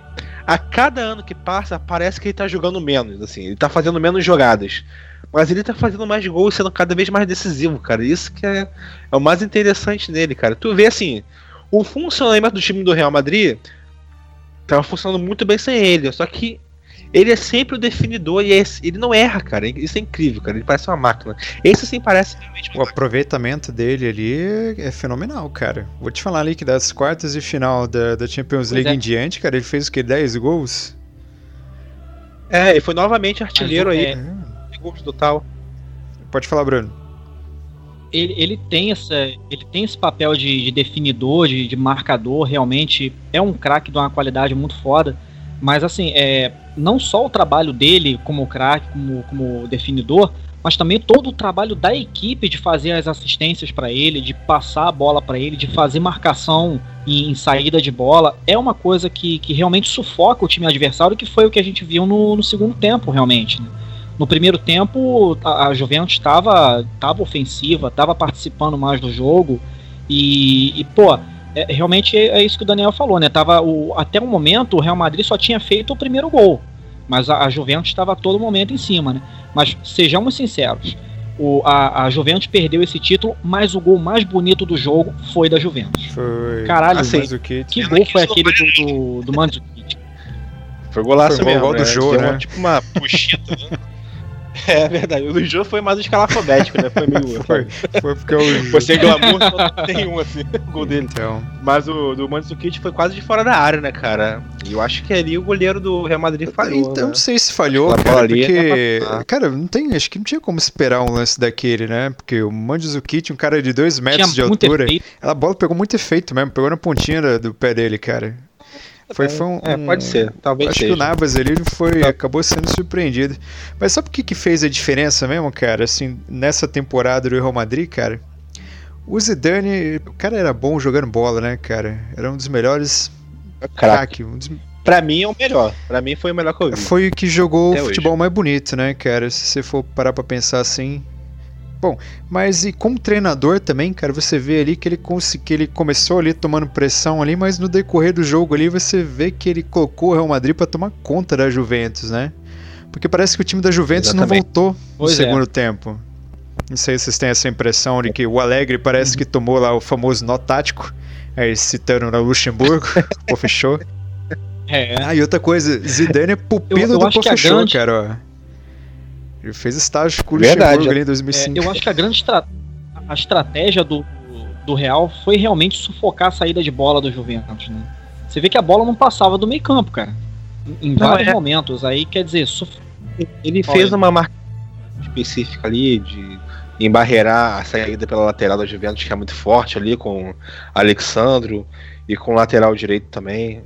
a cada ano que passa, parece que ele tá jogando menos, assim, ele tá fazendo menos jogadas. Mas ele tá fazendo mais gols, sendo cada vez mais decisivo, cara. Isso que é, é o mais interessante nele, cara. Tu vê, assim, o funcionamento do time do Real Madrid tava funcionando muito bem sem ele. Só que ele é sempre o definidor e é, ele não erra, cara. Isso é incrível, cara. Ele parece uma máquina. Esse, sim, parece realmente O aproveitamento dele ali é fenomenal, cara. Vou te falar ali que das quartas de final da, da Champions League é. em diante, cara, ele fez o que? dez gols? É, ele foi novamente artilheiro aí. É. Gols total. Pode falar, Bruno. Ele, ele, tem, essa, ele tem esse papel de, de definidor, de, de marcador, realmente é um craque de uma qualidade muito foda, mas assim, é, não só o trabalho dele como craque, como, como definidor, mas também todo o trabalho da equipe de fazer as assistências para ele, de passar a bola para ele, de fazer marcação em, em saída de bola, é uma coisa que, que realmente sufoca o time adversário, que foi o que a gente viu no, no segundo tempo, realmente, né? No primeiro tempo, a, a Juventus estava tava ofensiva, estava participando mais do jogo e, e pô, é, realmente é, é isso que o Daniel falou, né? Tava o, até o momento, o Real Madrid só tinha feito o primeiro gol, mas a, a Juventus estava a todo momento em cima, né? Mas sejamos sinceros, o, a, a Juventus perdeu esse título, mas o gol mais bonito do jogo foi da Juventus. Foi. Caralho, assim, que, que gol foi aquele do, do, do Mandzukic? Foi golaço foi mesmo, gol né? do Jô, né? Uma, tipo uma puxita, né? É verdade, o do Jô foi mais escalafobético, né? Foi meio. Foi, foi porque o Foi sem glamour, só tem um assim, o gol dele. Então. Mas o do Mandzukic foi quase de fora da área, né, cara? E eu acho que ali o goleiro do Real Madrid falhou. Então, né? não sei se falhou, A cara, ali porque. tá... Cara, não tem. Acho que não tinha como esperar um lance daquele, né? Porque o Mandzukic, um cara de dois metros Tinha de muito altura. efeito. A bola pegou muito efeito mesmo, pegou na pontinha do pé dele, cara. Foi, foi um, É, pode ser, talvez Acho seja. que o Navas ali foi, acabou sendo surpreendido. Mas sabe o que, que fez a diferença mesmo, cara? Assim, nessa temporada do Real Madrid, cara? O Zidane, o cara era bom jogando bola, né, cara? Era um dos melhores craque. Um dos... Pra mim é o melhor. Pra mim foi o melhor que eu vi. Foi o que jogou Até o futebol hoje. mais bonito, né, cara? Se você for parar pra pensar assim... Bom, mas e como treinador também, cara, você vê ali que ele, cons- que ele começou ali tomando pressão ali, mas no decorrer do jogo ali você vê que ele colocou o Real Madrid pra tomar conta da Juventus, né? Porque parece que o time da Juventus Exatamente. não voltou Pois no é. segundo tempo. Não sei se vocês têm essa impressão de que o Alegre parece que tomou lá o famoso nó tático, aí citando o Luxemburgo, pô, fechou. É. Ah, e outra coisa, Zidane é pupilo Eu- eu do acho que a Pofechou, grande- cara, ó. Ele fez estágio com o Verdade. Luxemburgo ali em dois mil e É, cinco. eu acho que a grande estra- a estratégia do, do Real foi realmente sufocar a saída de bola do Juventus, né? Você vê que a bola não passava do meio campo, cara. Em, em Não, vários é. momentos. Aí, quer dizer, suf... Ele Olha. fez uma marca específica ali de embarrear a saída pela lateral da Juventus, que é muito forte ali, com Alexandro e com o lateral direito também.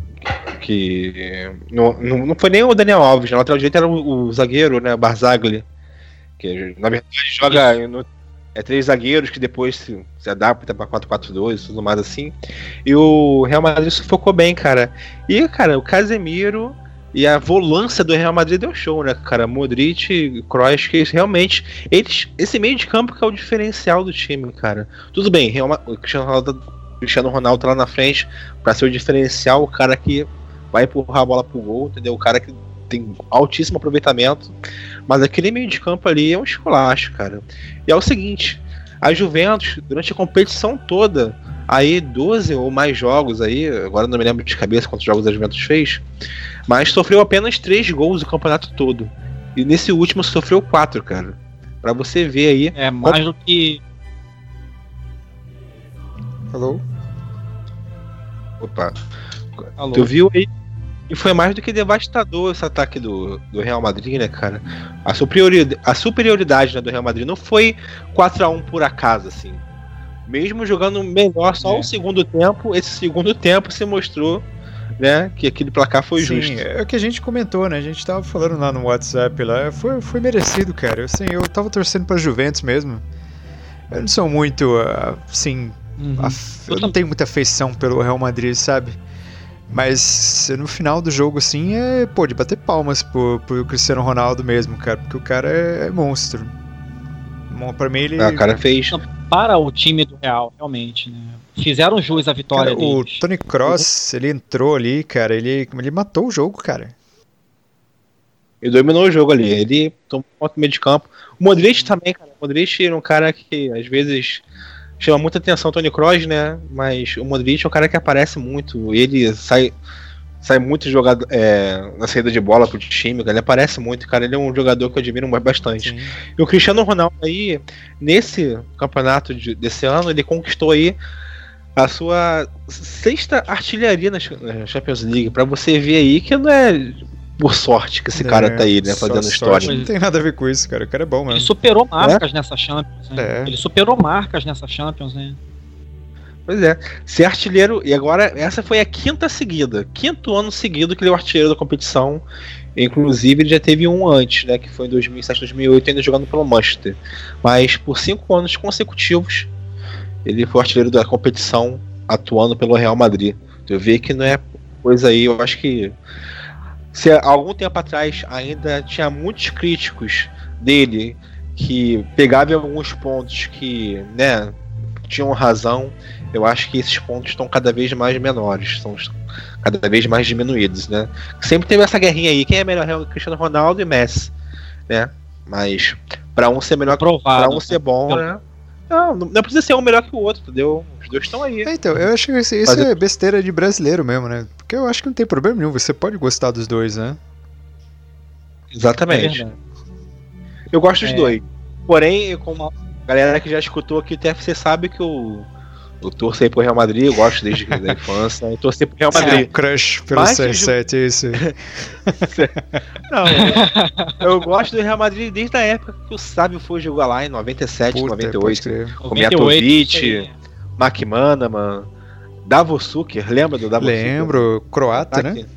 Que não, não, não foi nem o Daniel Alves, na lateral direito era o, o zagueiro, né? Barzagli. Que na verdade joga no, é três zagueiros que depois se, se adapta pra quatro quatro dois e tudo mais assim. E o Real Madrid sufocou bem, cara. E, cara, o Casemiro e a volância do Real Madrid deu show, né, cara? Modric, Kroos, que realmente eles, esse meio de campo que é o diferencial do time, cara. Tudo bem, Real, Ma- o Cristiano Ronaldo, Cristiano Ronaldo tá lá na frente pra ser o diferencial, o cara que vai empurrar a bola pro gol, entendeu? O cara que tem altíssimo aproveitamento, mas aquele meio de campo ali é um esculacho, cara. E é o seguinte, a Juventus, durante a competição toda, aí doze ou mais jogos aí, agora não me lembro de cabeça quantos jogos a Juventus fez, mas sofreu apenas três gols o campeonato todo. E nesse último sofreu quatro, cara. Pra você ver aí. é mais do que. Alô? Opa. Alô. Tu viu aí? E foi mais do que devastador esse ataque do, do Real Madrid, né, cara? A superioridade, a superioridade, né, do Real Madrid não foi quatro a um por acaso, assim. Mesmo jogando melhor só É. o segundo tempo, esse segundo tempo se mostrou, né, que aquele placar foi Sim, justo. é o que a gente comentou, né? A gente tava falando lá no WhatsApp lá, foi, foi merecido, cara. Assim, eu tava torcendo pra Juventus mesmo. Eu não sou muito, ah, assim, Uhum. af- eu não tenho muita afeição pelo Real Madrid, sabe? Mas no final do jogo, assim, é, pô, de bater palmas pro, pro Cristiano Ronaldo mesmo, cara, porque o cara é, é monstro. Bom, pra mim ele... Ah, o cara fez. para o time do Real, realmente, né? Fizeram jus à vitória Cara, o deles. Toni Kroos, ele entrou ali, cara, ele, ele matou o jogo, cara. Ele dominou o jogo ali, ele tomou conta do meio de campo. O Modric também, cara. O Modric era um cara que às vezes chama muita atenção, o Toni Kroos, né? Mas o Modric é um cara que aparece muito. Ele sai, sai muito jogado é, na saída de bola pro time, cara. Ele aparece muito, cara. Ele é um jogador que eu admiro bastante. Sim. E o Cristiano Ronaldo aí, nesse campeonato de, desse ano, ele conquistou aí a sua sexta artilharia na Champions League. Pra você ver aí que não é por sorte que esse É, cara tá aí, né, só fazendo sorte. história. Não tem nada a ver com isso, cara. O cara é bom Ele mesmo. superou marcas nessa Champions, né? É. Ele superou marcas nessa Champions, né? Pois é, ser artilheiro, e agora essa foi a quinta seguida, quinto ano seguido que ele é o artilheiro da competição. Inclusive ele já teve um antes, né, que foi em dois mil e sete, dois mil e oito, ainda jogando pelo Manchester. Mas por cinco anos consecutivos ele foi o artilheiro da competição, atuando pelo Real Madrid. Eu vejo que não é coisa aí, eu acho que se há algum tempo atrás ainda tinha muitos críticos dele que pegavam alguns pontos que, né, tinham razão, eu acho que esses pontos estão cada vez mais menores, estão cada vez mais diminuídos, né? Sempre teve essa guerrinha aí, quem é melhor, Cristiano Ronaldo e Messi, né? Mas pra um ser melhor, Provado, pra um ser bom, né? Não, não precisa ser um melhor que o outro, entendeu? Os dois estão aí. É, então, eu acho que isso, isso Mas é besteira de brasileiro mesmo, né? Porque eu acho que não tem problema nenhum, você pode gostar dos dois, né? É Exatamente. verdade. Eu gosto dos É. dois. Porém, como a galera que já escutou aqui, o T F C sabe que eu, eu torço aí pro Real Madrid, eu gosto desde a infância, eu torço pro Real É, um Madrid. crush pelo Mas C R sete, é isso. Não, eu, eu gosto do Real Madrid desde a época que o Sábio foi jogar lá em noventa e sete, Puta, noventa e pode oito. crer. Com noventa e oito, isso Mijatovic, aí. McManaman, Davosuker, lembra do Davosuker? Lembro, croata, né? Ataque.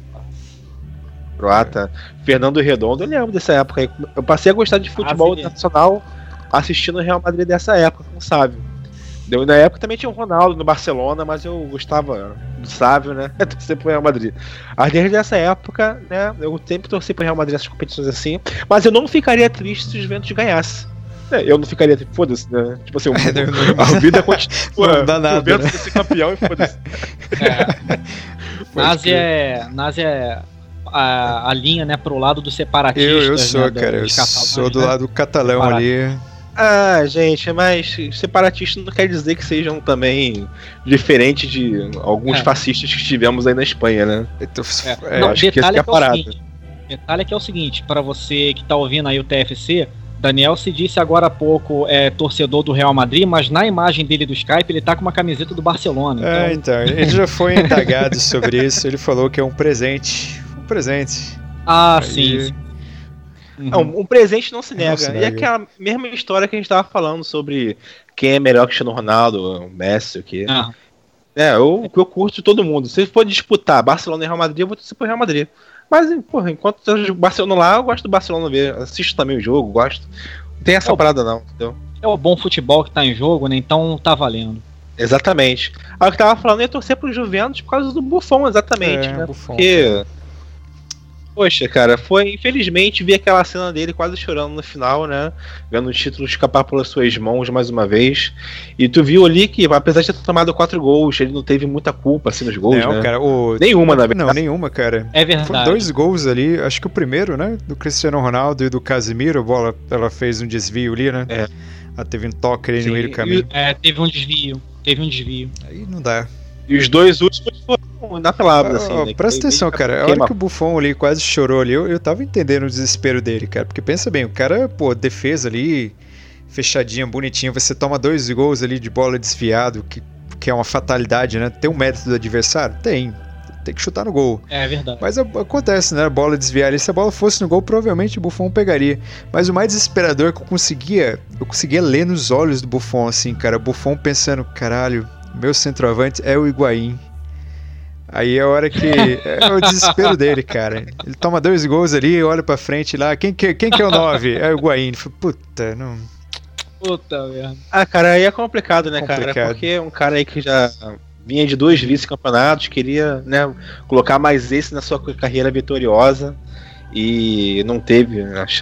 Croata. Fernando Redondo, eu lembro dessa época aí. Eu passei a gostar de futebol Ah, sim. nacional assistindo o Real Madrid dessa época, com o Sávio. Deu- Na época também tinha o Ronaldo no Barcelona, mas eu gostava do Sávio, né? Torcer pro Real Madrid. Aí desde essa época, né? Eu sempre torci pro Real Madrid nessas competições assim, mas eu não ficaria triste se o Juventus ganhasse. É, eu não ficaria tipo, foda-se, né? Tipo assim, o- a vida continua. Não dá nada, O Juventus né? vai ser campeão e foda-se. É. Nazi é, Nazi é a, a linha, né, pro lado dos separatistas. Eu, eu sou, né, cara, eu dos catalães, sou do né? lado catalão Pará. ali. Ah, gente, mas separatista não quer dizer que sejam também diferentes de alguns É. fascistas que tivemos aí na Espanha, né? Então, É. é, Não, acho que detalhe essa é, que é a que é o parada. seguinte, detalhe é que é o seguinte, para você que tá ouvindo aí o T F C, Daniel se disse agora há pouco é torcedor do Real Madrid, mas na imagem dele do Skype ele tá com uma camiseta do Barcelona. É, Então, então, ele já foi indagado sobre isso, ele falou que é um presente. Um presente. ah, Aí- sim. sim. Uhum. Não, um presente não se Não nega. se E nega. aquela mesma história que a gente tava falando sobre quem é melhor que Cristiano Ronaldo, o Messi, o quê. Ah, É, eu, eu curto todo mundo. Se for disputar Barcelona e Real Madrid, eu vou torcer pro Real Madrid. Mas, porra, enquanto tá o Barcelona lá, eu gosto do Barcelona ver. Assisto também o jogo, gosto. Não tem essa É o- parada não, entendeu? é o bom futebol que tá em jogo, né? Então tá valendo. Exatamente. Aí o que eu tava falando, eu ia torcer pro Juventus por causa do Buffon, exatamente, É, né? Buffon. Porque, poxa, cara, foi, infelizmente, vi aquela cena dele quase chorando no final, né? Vendo o título escapar pelas suas mãos mais uma vez. E tu viu ali que, apesar de ter tomado quatro gols, ele não teve muita culpa, assim, nos gols, Não, né? cara, o... Nenhuma, na verdade. Não, nenhuma, cara. É Foram verdade. dois gols ali, acho que o primeiro, né? Do Cristiano Ronaldo e do Casemiro, a bola, ela fez um desvio ali, né? É. Ela teve um toque ali Sim, no meio do e- caminho. É, teve um desvio. Teve um desvio. Aí não dá. E os dois últimos foram inapeláveis, assim, Ó, né? presta Que atenção, meio cara. A hora queima- que o Buffon ali quase chorou ali, eu, eu tava entendendo o desespero dele, cara. Porque pensa bem, o cara, pô, defesa ali, fechadinha, bonitinha, você toma dois gols ali de bola desviado, que, que é uma fatalidade, né? Tem um mérito do adversário? Tem. Tem que chutar no gol. É verdade. Mas a- acontece, né? A bola desviar ali. Se a bola fosse no gol, provavelmente o Buffon pegaria. Mas o mais desesperador é que eu conseguia, eu conseguia ler nos olhos do Buffon, assim, cara. O Buffon pensando, caralho, meu centroavante é o Higuaín. Aí é a hora que... é o desespero dele, cara. Ele toma dois gols ali, olha pra frente lá. Quem que, quem que é o nove? É o Higuaín. Ele fala, puta, não... Puta merda. Ah, cara, aí é complicado, né, Complicado. cara? Porque um cara aí que já vinha de dois vice-campeonatos, queria, né, colocar mais esse na sua carreira vitoriosa e não teve a chan-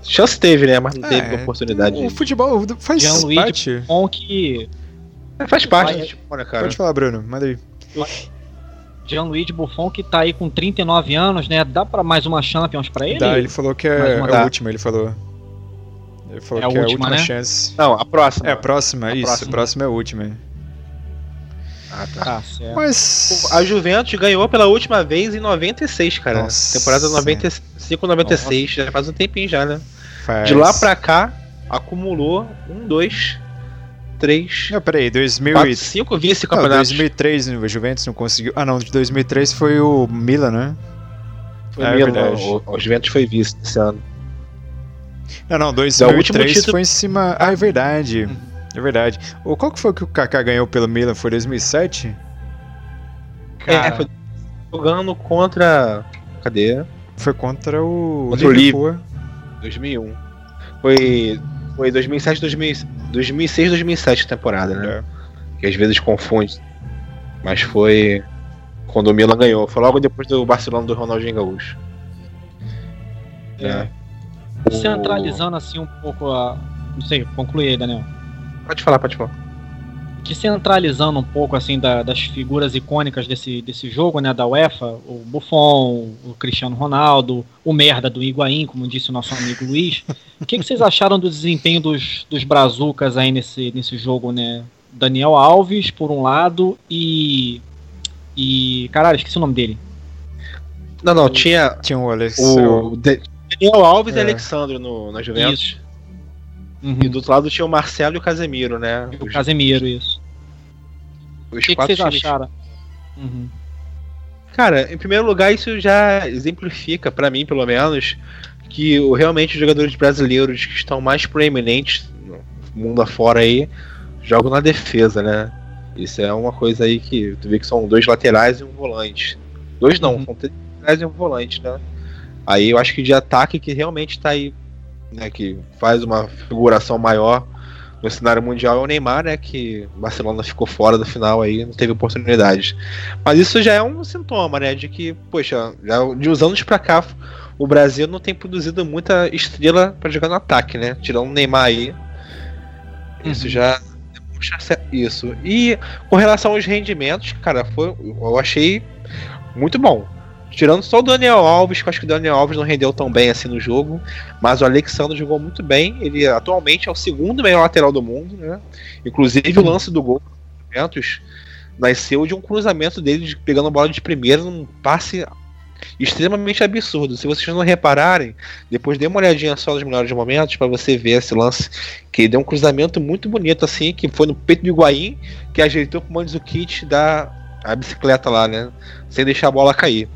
Chance teve, né? Mas não teve É, oportunidade. O futebol faz Gianluigi parte. Buffon que É, faz parte Vai- do futebol, né, cara? Pode falar, Bruno, manda aí. Gianluigi Buffon que tá aí com trinta e nove anos, né? Dá pra mais uma Champions pra ele? Dá, ele falou que Mais é, uma é dá. a última, ele falou. Ele falou É a que é a última, última né? chance. Não, a próxima. É a próxima, A isso, próxima. a próxima é a última. Ah, tá. Tá, certo. Mas. A Juventus ganhou pela última vez em noventa e seis, cara. Nossa. Temporada noventa e cinco, noventa e seis, já faz um tempinho já, né? Faz... De lá pra cá, acumulou um, dois, três, Não, peraí, dois mil quatro, e... cinco Não, vice-campeonatos. dois mil e três o Juventus não conseguiu. Ah, não, de dois mil e três foi o Milan, né? Foi É Milan, verdade. o, o Juventus foi vice esse ano. Não, não, É o dois mil e último três título- foi em cima. Ah, é verdade. É verdade. O, qual que foi que o Kaká ganhou pelo Milan? Foi dois mil e sete? Cara, É, foi jogando contra. Cadê? Foi contra o Contra o Liverpool. dois mil e um. Foi. Foi dois mil e sete, dois mil e seis, dois mil e sete a temporada, né? É. Que às vezes confunde. Mas foi quando o Milan ganhou. Foi logo depois do Barcelona do Ronaldinho Gaúcho. É. Centralizando assim um pouco a. Não sei, conclui aí, Daniel. Pode falar, pode falar. Descentralizando um pouco assim da- das figuras icônicas desse, desse jogo, né, da UEFA, o Buffon, o Cristiano Ronaldo, o merda do Higuaín, como disse o nosso amigo Luiz. O que, que vocês acharam do desempenho dos, dos brazucas aí nesse, nesse jogo, né? Daniel Alves, por um lado, e... e... caralho, esqueci o nome dele. Não, não, tinha Tinha o Alex. o De- Daniel Alves É. e Alexandre no, na Juventus. Isso. Uhum. E do outro lado tinha o Marcelo e o Casemiro, né? O Os, Casemiro, isso. os O que, que quatro vocês times. acharam? Uhum. Cara, em primeiro lugar, isso já exemplifica, pra mim pelo menos, que o, realmente os jogadores brasileiros que estão mais proeminentes no mundo afora aí jogam na defesa, né? Isso é uma coisa aí que tu vê que são dois laterais e um volante. Dois não, Uhum. são três laterais e um volante, né? Aí eu acho que de ataque que realmente tá aí, né? Que faz uma figuração maior no cenário mundial é o Neymar, né? Que o Barcelona ficou fora do final aí, não teve oportunidade. Mas isso já é um sintoma, né? De que, poxa, já de uns anos pra cá, o Brasil não tem produzido muita estrela pra jogar no ataque, né? Tirando o Neymar aí. Isso Uhum. já demonstra isso. E com relação aos rendimentos, cara, foi, eu achei muito bom. Tirando só o Daniel Alves, que eu acho que o Daniel Alves não rendeu tão bem assim no jogo, mas o Alexandre jogou muito bem. Ele atualmente é o segundo melhor lateral do mundo, né? Inclusive o lance do gol do Juventus nasceu de um cruzamento dele de- pegando a bola de primeira num passe extremamente absurdo. Se vocês não repararem, depois dê uma olhadinha só nos melhores momentos pra você ver esse lance, que ele deu um cruzamento muito bonito assim, que foi no peito do Higuaín, que ajeitou pro Mandzukic dar a bicicleta lá, né? Sem deixar a bola cair.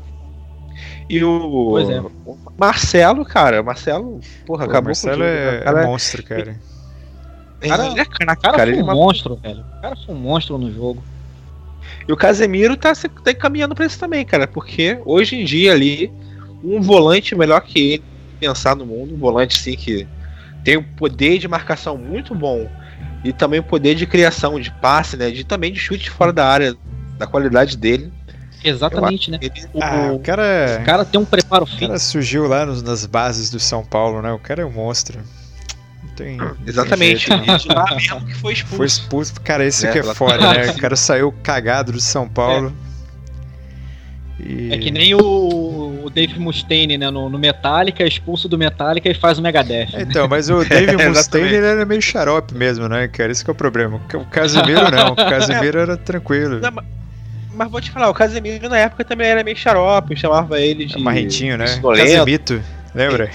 E o, Pois é. o Marcelo, cara, o Marcelo, porra, Pô, acabou Marcelo com o jogo, é, né? O cara, é monstro, cara. Cara, ele é craque, O cara, cara, foi ele um é uma- monstro, velho. O cara foi um monstro no jogo. E o Casemiro tá, se- tá caminhando pra isso também, cara, porque hoje em dia ali, um volante melhor que ele pensar no mundo, um volante sim que tem um poder de marcação muito bom e também o poder de criação, de passe, né, de também de chute fora da área, da qualidade dele. Exatamente, né? Ele, O, Ah, o o cara. cara tem um preparo O físico. cara surgiu lá nos- nas bases do São Paulo, né? O cara é um monstro. Não tem. não tem exatamente, jeito, não. e de lá mesmo que foi expulso. Foi expulso. Cara, esse É, que é pela- foda, né? O cara saiu cagado do São Paulo. E... É que nem o, o Dave Mustaine, né? No, no Metallica, é expulso do Metallica e faz o Megadeth. É, então, mas o Dave É, Mustaine exatamente. ele era meio xarope mesmo, né, cara? Esse que é o problema. O Casemiro não. O Casemiro era tranquilo. Não, mas- Mas vou te falar, o Casemiro na época também era meio xarope, chamava ele de Marrentinho, né? sonolento. Casemito. Lembra?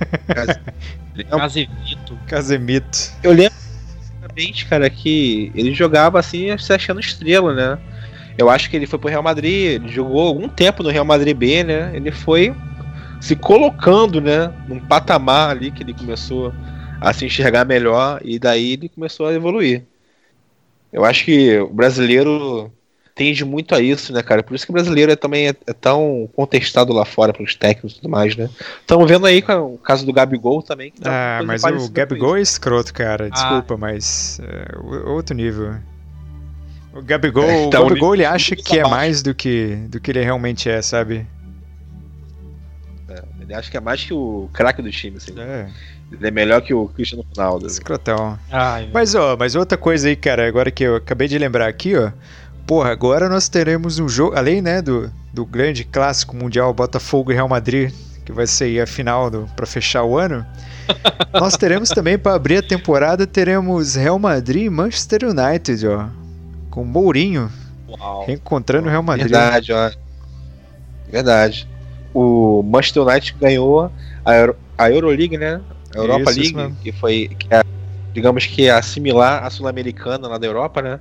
Casevito. Casemito. Eu lembro exatamente, cara, que ele jogava assim, se achando estrela, né? Eu acho que ele foi pro Real Madrid, ele jogou algum tempo no Real Madrid B, né? Ele foi se colocando, né? Num patamar ali que ele começou a se enxergar melhor e daí ele começou a evoluir. Eu acho que o brasileiro tende muito a isso, né, cara? Por isso que o brasileiro é, também é, é tão contestado lá fora pelos técnicos e tudo mais, né? Estamos vendo aí com o caso do Gabigol também. Que tá uma Ah, coisa mas parecida o com Gabigol é isso. escroto, cara. Ah. Desculpa, mas é o- outro nível. O Gabigol, É, o tá um Gabigol ele nível acha muito que é abaixo. mais do que, do que ele realmente é, sabe? Ele acha que é mais que o craque do time, assim. É, Ele é melhor que o Cristiano Ronaldo. escrotão. Ai, Mas ó, mas outra coisa aí, cara, agora que eu acabei de lembrar aqui, ó. Porra, agora nós teremos um jogo, além, né, do, do grande clássico mundial Botafogo e Real Madrid, que vai ser a final do, pra fechar o ano. Nós teremos também, pra abrir a temporada, teremos Real Madrid e Manchester United, ó. Com Mourinho Uau. reencontrando o Real Madrid. Verdade, ó. Verdade. O Manchester United ganhou a, Euro, a Euroleague, né? A Europa Isso, isso League, mesmo. que foi, que é, digamos que é similar à Sul-Americana lá da Europa, né?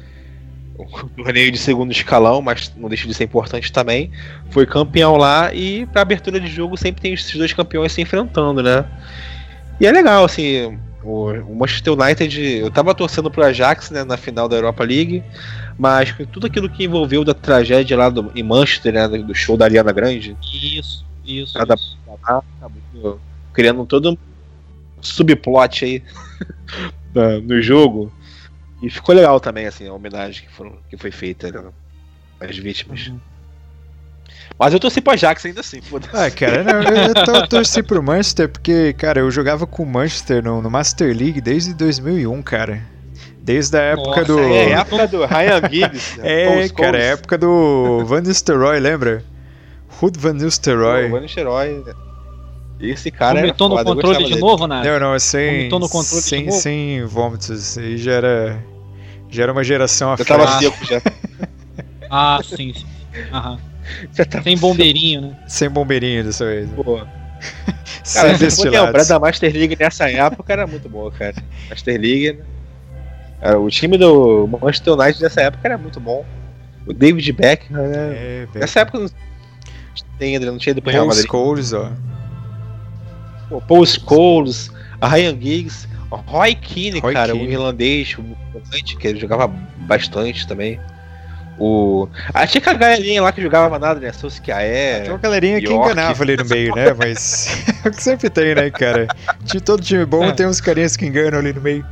Um torneio de segundo escalão, mas não deixa de ser importante também. Foi campeão lá e pra abertura de jogo sempre tem esses dois campeões se enfrentando, né? E é legal, assim, o, o Manchester United, eu tava torcendo pro Ajax, né, na final da Europa League, mas com tudo aquilo que envolveu da tragédia lá do, em Manchester, né, do show da Ariana Grande, isso, isso. Cada- isso. tá muito- criando todo um subplot aí na- no jogo. E ficou legal também, assim, a homenagem que, foram, que foi feita, né, às vítimas. Uhum. Mas eu torci pro Ajax ainda assim, foda-se. Ah, cara, não, eu, eu, tô- torci pro Manchester porque, cara, eu jogava com o Manchester no, no Master League desde dois mil e um, cara. Desde a época Nossa, do... É, a época do Ryan Giggs. né, É, Paul cara, Scholes. é a época do Van Nistelrooy, lembra? Ruud Van Nistelrooy. O Van Nistelrooy. Esse cara era Vomitou no foda, eu controle gostava de dele. novo, Nath? Não, não, sem, Vomitou no controle de sem, novo? sem vômitos. Aí já era, já era uma geração à Eu tava frente. seco já. Ah, sim, sim. Aham. Já tava Sem bombeirinho, né? Sem bombeirinho dessa vez. Pô. Sem Cara, se for lembrar destilados. da Master League nessa época era muito boa, cara. Master League, né? Cara, o time do Manchester United nessa época era muito bom. O David Beckham, né? É, velho. Nessa época não tinha, ainda não tinha depois Real Paul Madrid. Scholes, ó. Pô, Paul Scholes, a Ryan Giggs, o Roy Keane, Roy cara, Keane. o irlandês, o volante, que ele jogava bastante também. O... Ah, tinha aquela galerinha lá que jogava nada, né? Solskjaer. Tinha uma galerinha que York. enganava ali no meio, né? Mas é o que sempre tem, né, cara? De todo time bom É. tem uns carinhas que enganam ali no meio.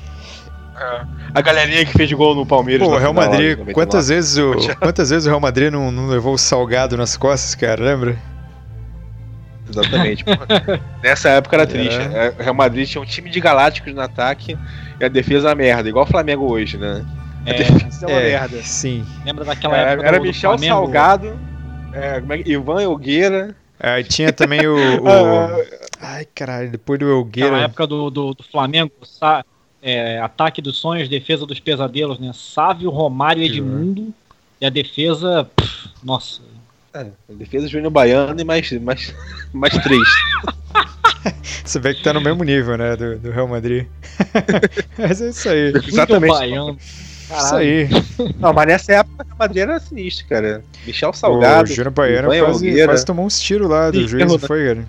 A galerinha que fez gol no Palmeiras. Pô, na o Real final, lá, Madrid, de noventa e quantas nove. vezes o, quantas vezes o Real Madrid não, não levou o salgado nas costas, cara? Lembra? Exatamente. pô. Nessa época era Era. triste. né? O Real Madrid tinha um time de galácticos no ataque e a defesa é uma merda, igual o Flamengo hoje, né? A É, defesa é uma merda. sim. lembra daquela Era, época era do, do Michel Flamengo? Salgado, é, como é que- Ivan Elgueira. Aí tinha também o. o- Ah, Ai, caralho, depois do Aquela Elgueira. época do, do, do Flamengo, sa- é, ataque dos sonhos, defesa dos pesadelos, né? Sávio, Romário e Edmundo. E a defesa, pff, nossa. é, a defesa Júnior Baiano e mais, mais, mais três. Você vê que tá no mesmo nível, né? Do, do Real Madrid. Mas é isso aí. Exatamente. Baiano. Isso aí. Não, mas nessa época o Real Madrid era sinistro, cara. Michel O Salgado. Júnior Baiano Ivan quase, Elgueira. quase tomou uns tiros lá do Sim, juiz, errou, não né? foi, cara?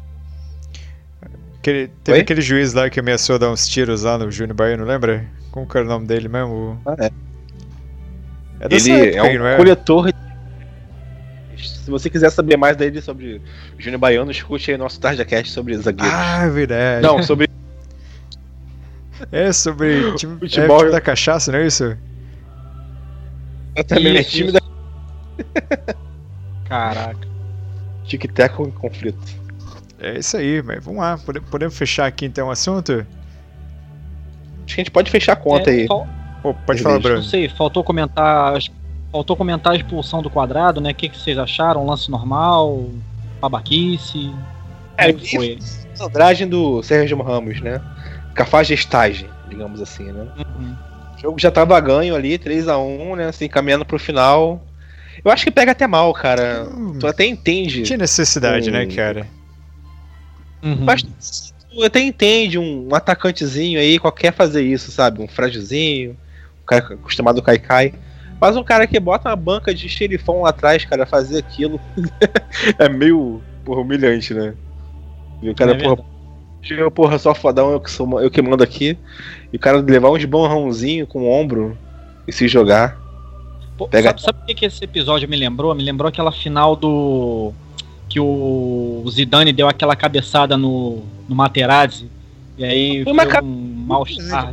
Aquele, teve Oi? aquele juiz lá que ameaçou dar uns tiros lá no Júnior Baiano, lembra? Como que era o nome dele mesmo? Ah, é. É dessa Ele época é aí, um não é? coletor. Se você quiser saber mais dele sobre o Júnior Baiano, escute aí nosso TarjaCast sobre zagueiros. Ah, é verdade. Não, sobre É sobre time, Futebol. é, time da cachaça, não é isso? exatamente Isso, time isso. da Caraca. Tic-Tac com conflito. É isso aí, mas vamos lá. Pode- Podemos fechar aqui então o assunto? Acho que a gente pode fechar a conta É, aí. fal- Pô, pode Beleza. falar, Não Bruno. sei, faltou comentar. Faltou comentar a expulsão do Quadrado, né? O que, que vocês acharam? Lance normal? Babaquice? É, Como foi? e sandragem do Sérgio Ramos, né? Cafajestagem, digamos assim, né? Uhum. O jogo já tava ganho ali, três a um, né? Assim, caminhando pro final. Eu acho que pega até mal, cara. Hum, Tu até entende. Tinha necessidade, Hum. né, cara? Uhum. Mas tu até entende um, um atacantezinho aí, qualquer fazer isso, sabe? Um frágilzinho, um cara acostumado ao cai-cai. Mas um cara que bota uma banca de xerifão lá atrás, cara, fazer aquilo é meio, porra, humilhante, né? E o cara, É porra, eu, porra, só fodão, eu que, sou, eu que mando aqui. E o cara levar uns borrãozinho com o ombro e se jogar. Pô, Pega- sabe, sabe o que, que esse episódio me lembrou? Me lembrou aquela final do. Que o Zidane deu aquela cabeçada no, no Materazzi. E aí Foi foi uma ca- um mal-estar.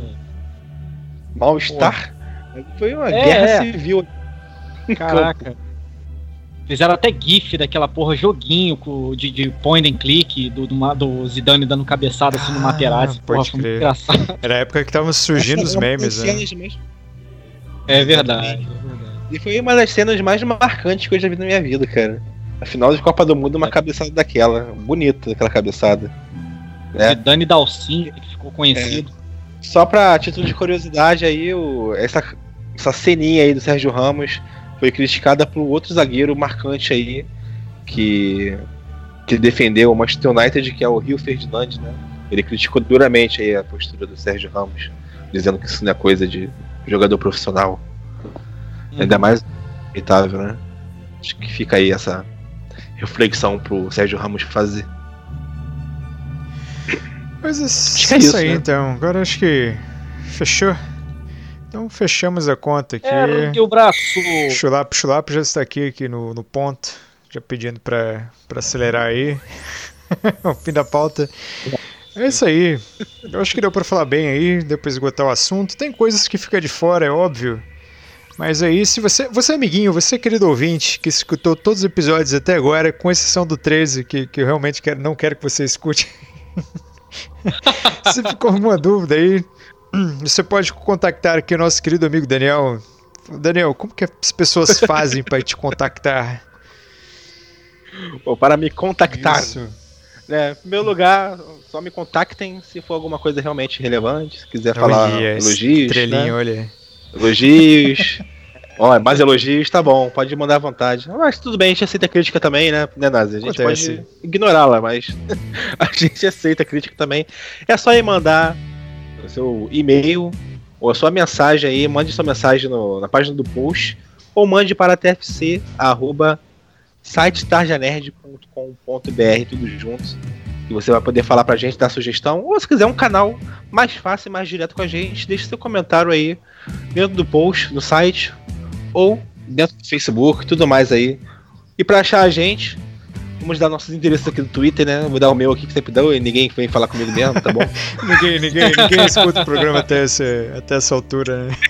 Mal-estar. Foi uma É, guerra é. civil. Caraca. Fizeram até gif daquela porra joguinho com, de, de point and click do, do, do Zidane dando cabeçada assim no Materazzi. Pode Porra, foi muito crer. engraçado. Era a época que estavam surgindo os memes, né? É verdade. E foi uma das cenas mais marcantes que eu já vi na minha vida, cara. A final de Copa do Mundo, uma cabeçada daquela. Bonita aquela cabeçada. É. Zidane Dalcin, que ficou conhecido. É. Só pra título de curiosidade aí, o, essa, essa ceninha aí do Sérgio Ramos foi criticada por outro zagueiro marcante aí, que, que defendeu o Manchester United, que é o Rio Ferdinand, né? Ele criticou duramente aí a postura do Sérgio Ramos, dizendo que isso não é coisa de jogador profissional. Hum. Ainda mais inevitável, né? Acho que fica aí essa reflexão pro Sérgio Ramos fazer. Mas isso, acho que é isso isso, aí, né? então. Agora acho que fechou. Então fechamos a conta aqui. Ergue o braço. Chulap Chulap já está aqui, aqui no, no ponto, já pedindo para acelerar aí. O fim da pauta. É isso aí. Eu acho que deu para falar bem aí, depois esgotar o assunto. Tem coisas que ficam de fora, é óbvio. Mas aí, se você, você amiguinho, você querido ouvinte, que escutou todos os episódios até agora, com exceção do treze, que, que eu realmente quero, não quero que você escute. Se ficou alguma dúvida aí, você pode contactar aqui o nosso querido amigo Daniel. Daniel, como que as pessoas fazem para te contactar? Ou para me contactar. Isso. É, em primeiro lugar, só me contactem se for alguma coisa realmente relevante. Se quiser falar Olha, elogios, estrelinha, né? olha. Elogios. Ó, mais elogios, tá bom, pode mandar à vontade. Mas tudo bem, a gente aceita crítica também, né, né Nazi? A gente Acontece. pode ignorá-la, mas a gente aceita crítica também. É só ir mandar o seu e-mail ou a sua mensagem aí, mande sua mensagem no, na página do post, ou mande para t f c arroba site tarja nerd ponto com ponto b r, tudo junto. E você vai poder falar pra gente, dar sugestão, ou se quiser um canal mais fácil e mais direto com a gente, deixe seu comentário aí dentro do post, no site, ou dentro do Facebook, tudo mais aí. E pra achar a gente, vamos dar nossos endereços aqui no Twitter, né? Vou dar o meu aqui que sempre deu e ninguém vem falar comigo mesmo, tá bom? ninguém, ninguém, ninguém escuta o programa até, esse, até essa altura, né?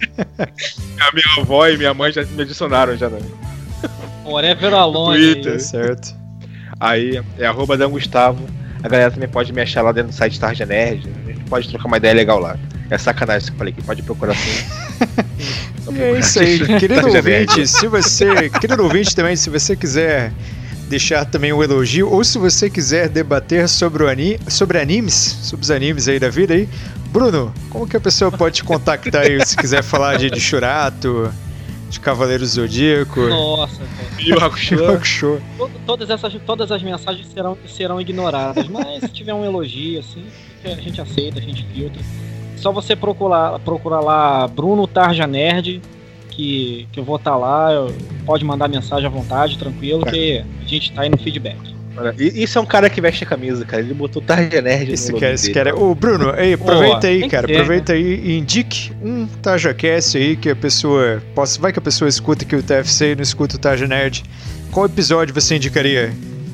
A minha avó e minha mãe já me adicionaram já, né? Whatever Alone. Twitter. Tá certo. Aí é arroba Dan Gustavo. A galera também pode me achar lá dentro do site Tarja Nerd. A gente pode trocar uma ideia legal lá. É sacanagem isso que eu falei aqui, pode procurar assim. E é isso aí, querido ouvinte, se você, querido ouvinte também, se você quiser deixar também um elogio, ou se você quiser debater sobre, o ani, sobre animes, sobre os animes aí da vida aí, Bruno, como que a pessoa pode te contactar aí, se quiser falar de, de Shurato, de Cavaleiro Zodíaco, Nossa, cara. Yu Hakusho. Yu Hakusho. Todo- Todas, essas, todas as mensagens serão, serão ignoradas, mas se tiver um elogio, assim, a gente aceita, a gente filtra. Só você procurar, procurar lá Bruno Tarja Nerd, que, que eu vou estar lá, eu- pode mandar mensagem à vontade, tranquilo, que a gente tá aí no feedback. Olha, e- Isso é um cara que veste a camisa, cara. Ele botou Tarja Nerd Esse no cara, nome esse dele. cara. Ô, Bruno, aí, aproveita Pô, aí, tem que cara. ser, Aproveita aí e indique um TarjaCast aí que a pessoa possa. Vai que a pessoa escuta aqui o T F C e não escuta o Tarja Nerd. Qual episódio você indicaria?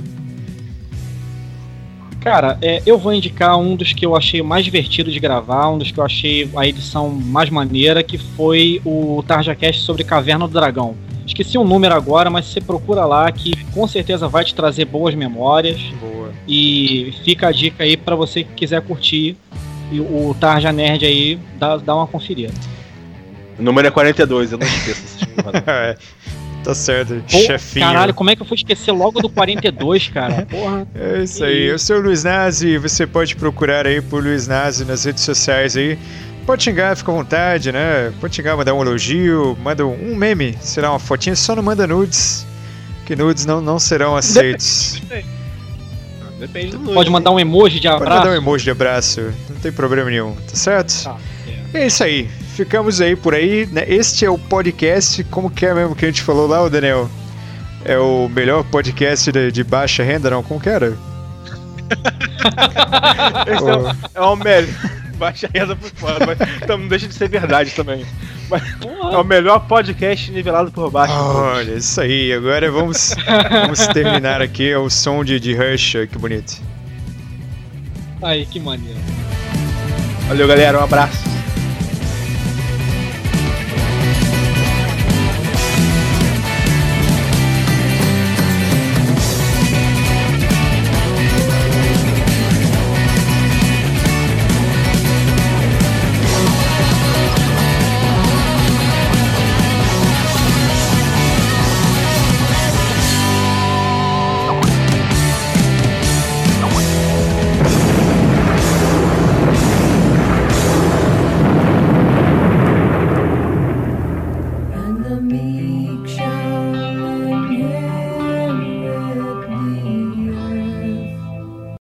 Cara, é, eu vou indicar um dos que eu achei mais divertido de gravar, um dos que eu achei a edição mais maneira, que foi o TarjaCast sobre Caverna do Dragão. Esqueci o número agora, mas você procura lá que com certeza vai te trazer boas memórias. Boa. E fica a dica aí pra você que quiser curtir e o Tarja Nerd aí, dá, dá uma conferida. O número é quarenta e dois, eu não esqueço essas coisas. É, tá certo, Pô, chefinho. Caralho, como é que eu fui esquecer logo do quarenta e dois, cara? Porra. É isso aí, eu sou o Luiz Nazi, você pode procurar aí por Luiz Nazi nas redes sociais aí. Pode xingar, fica à vontade, né? Pode xingar, mandar um elogio, manda um meme, será uma fotinha, só não manda nudes, que nudes não, não serão aceitos. Depende do Pode mandar um emoji de Pode abraço. mandar um emoji de abraço, não tem problema nenhum, tá certo? Tá, É isso aí, ficamos aí por aí, né? Este é o podcast, como que é mesmo que a gente falou lá, ô Daniel? É o melhor podcast de, de baixa renda, não? Como que era? Esse é, o, é o melhor. Baixa renda por fora, mas então, não deixa de ser verdade também. Mas é o melhor podcast nivelado por baixo. Olha, isso aí, agora vamos, vamos terminar aqui, é o som de, de Rush, que bonito. Aí, que maneiro. Valeu, galera, um abraço.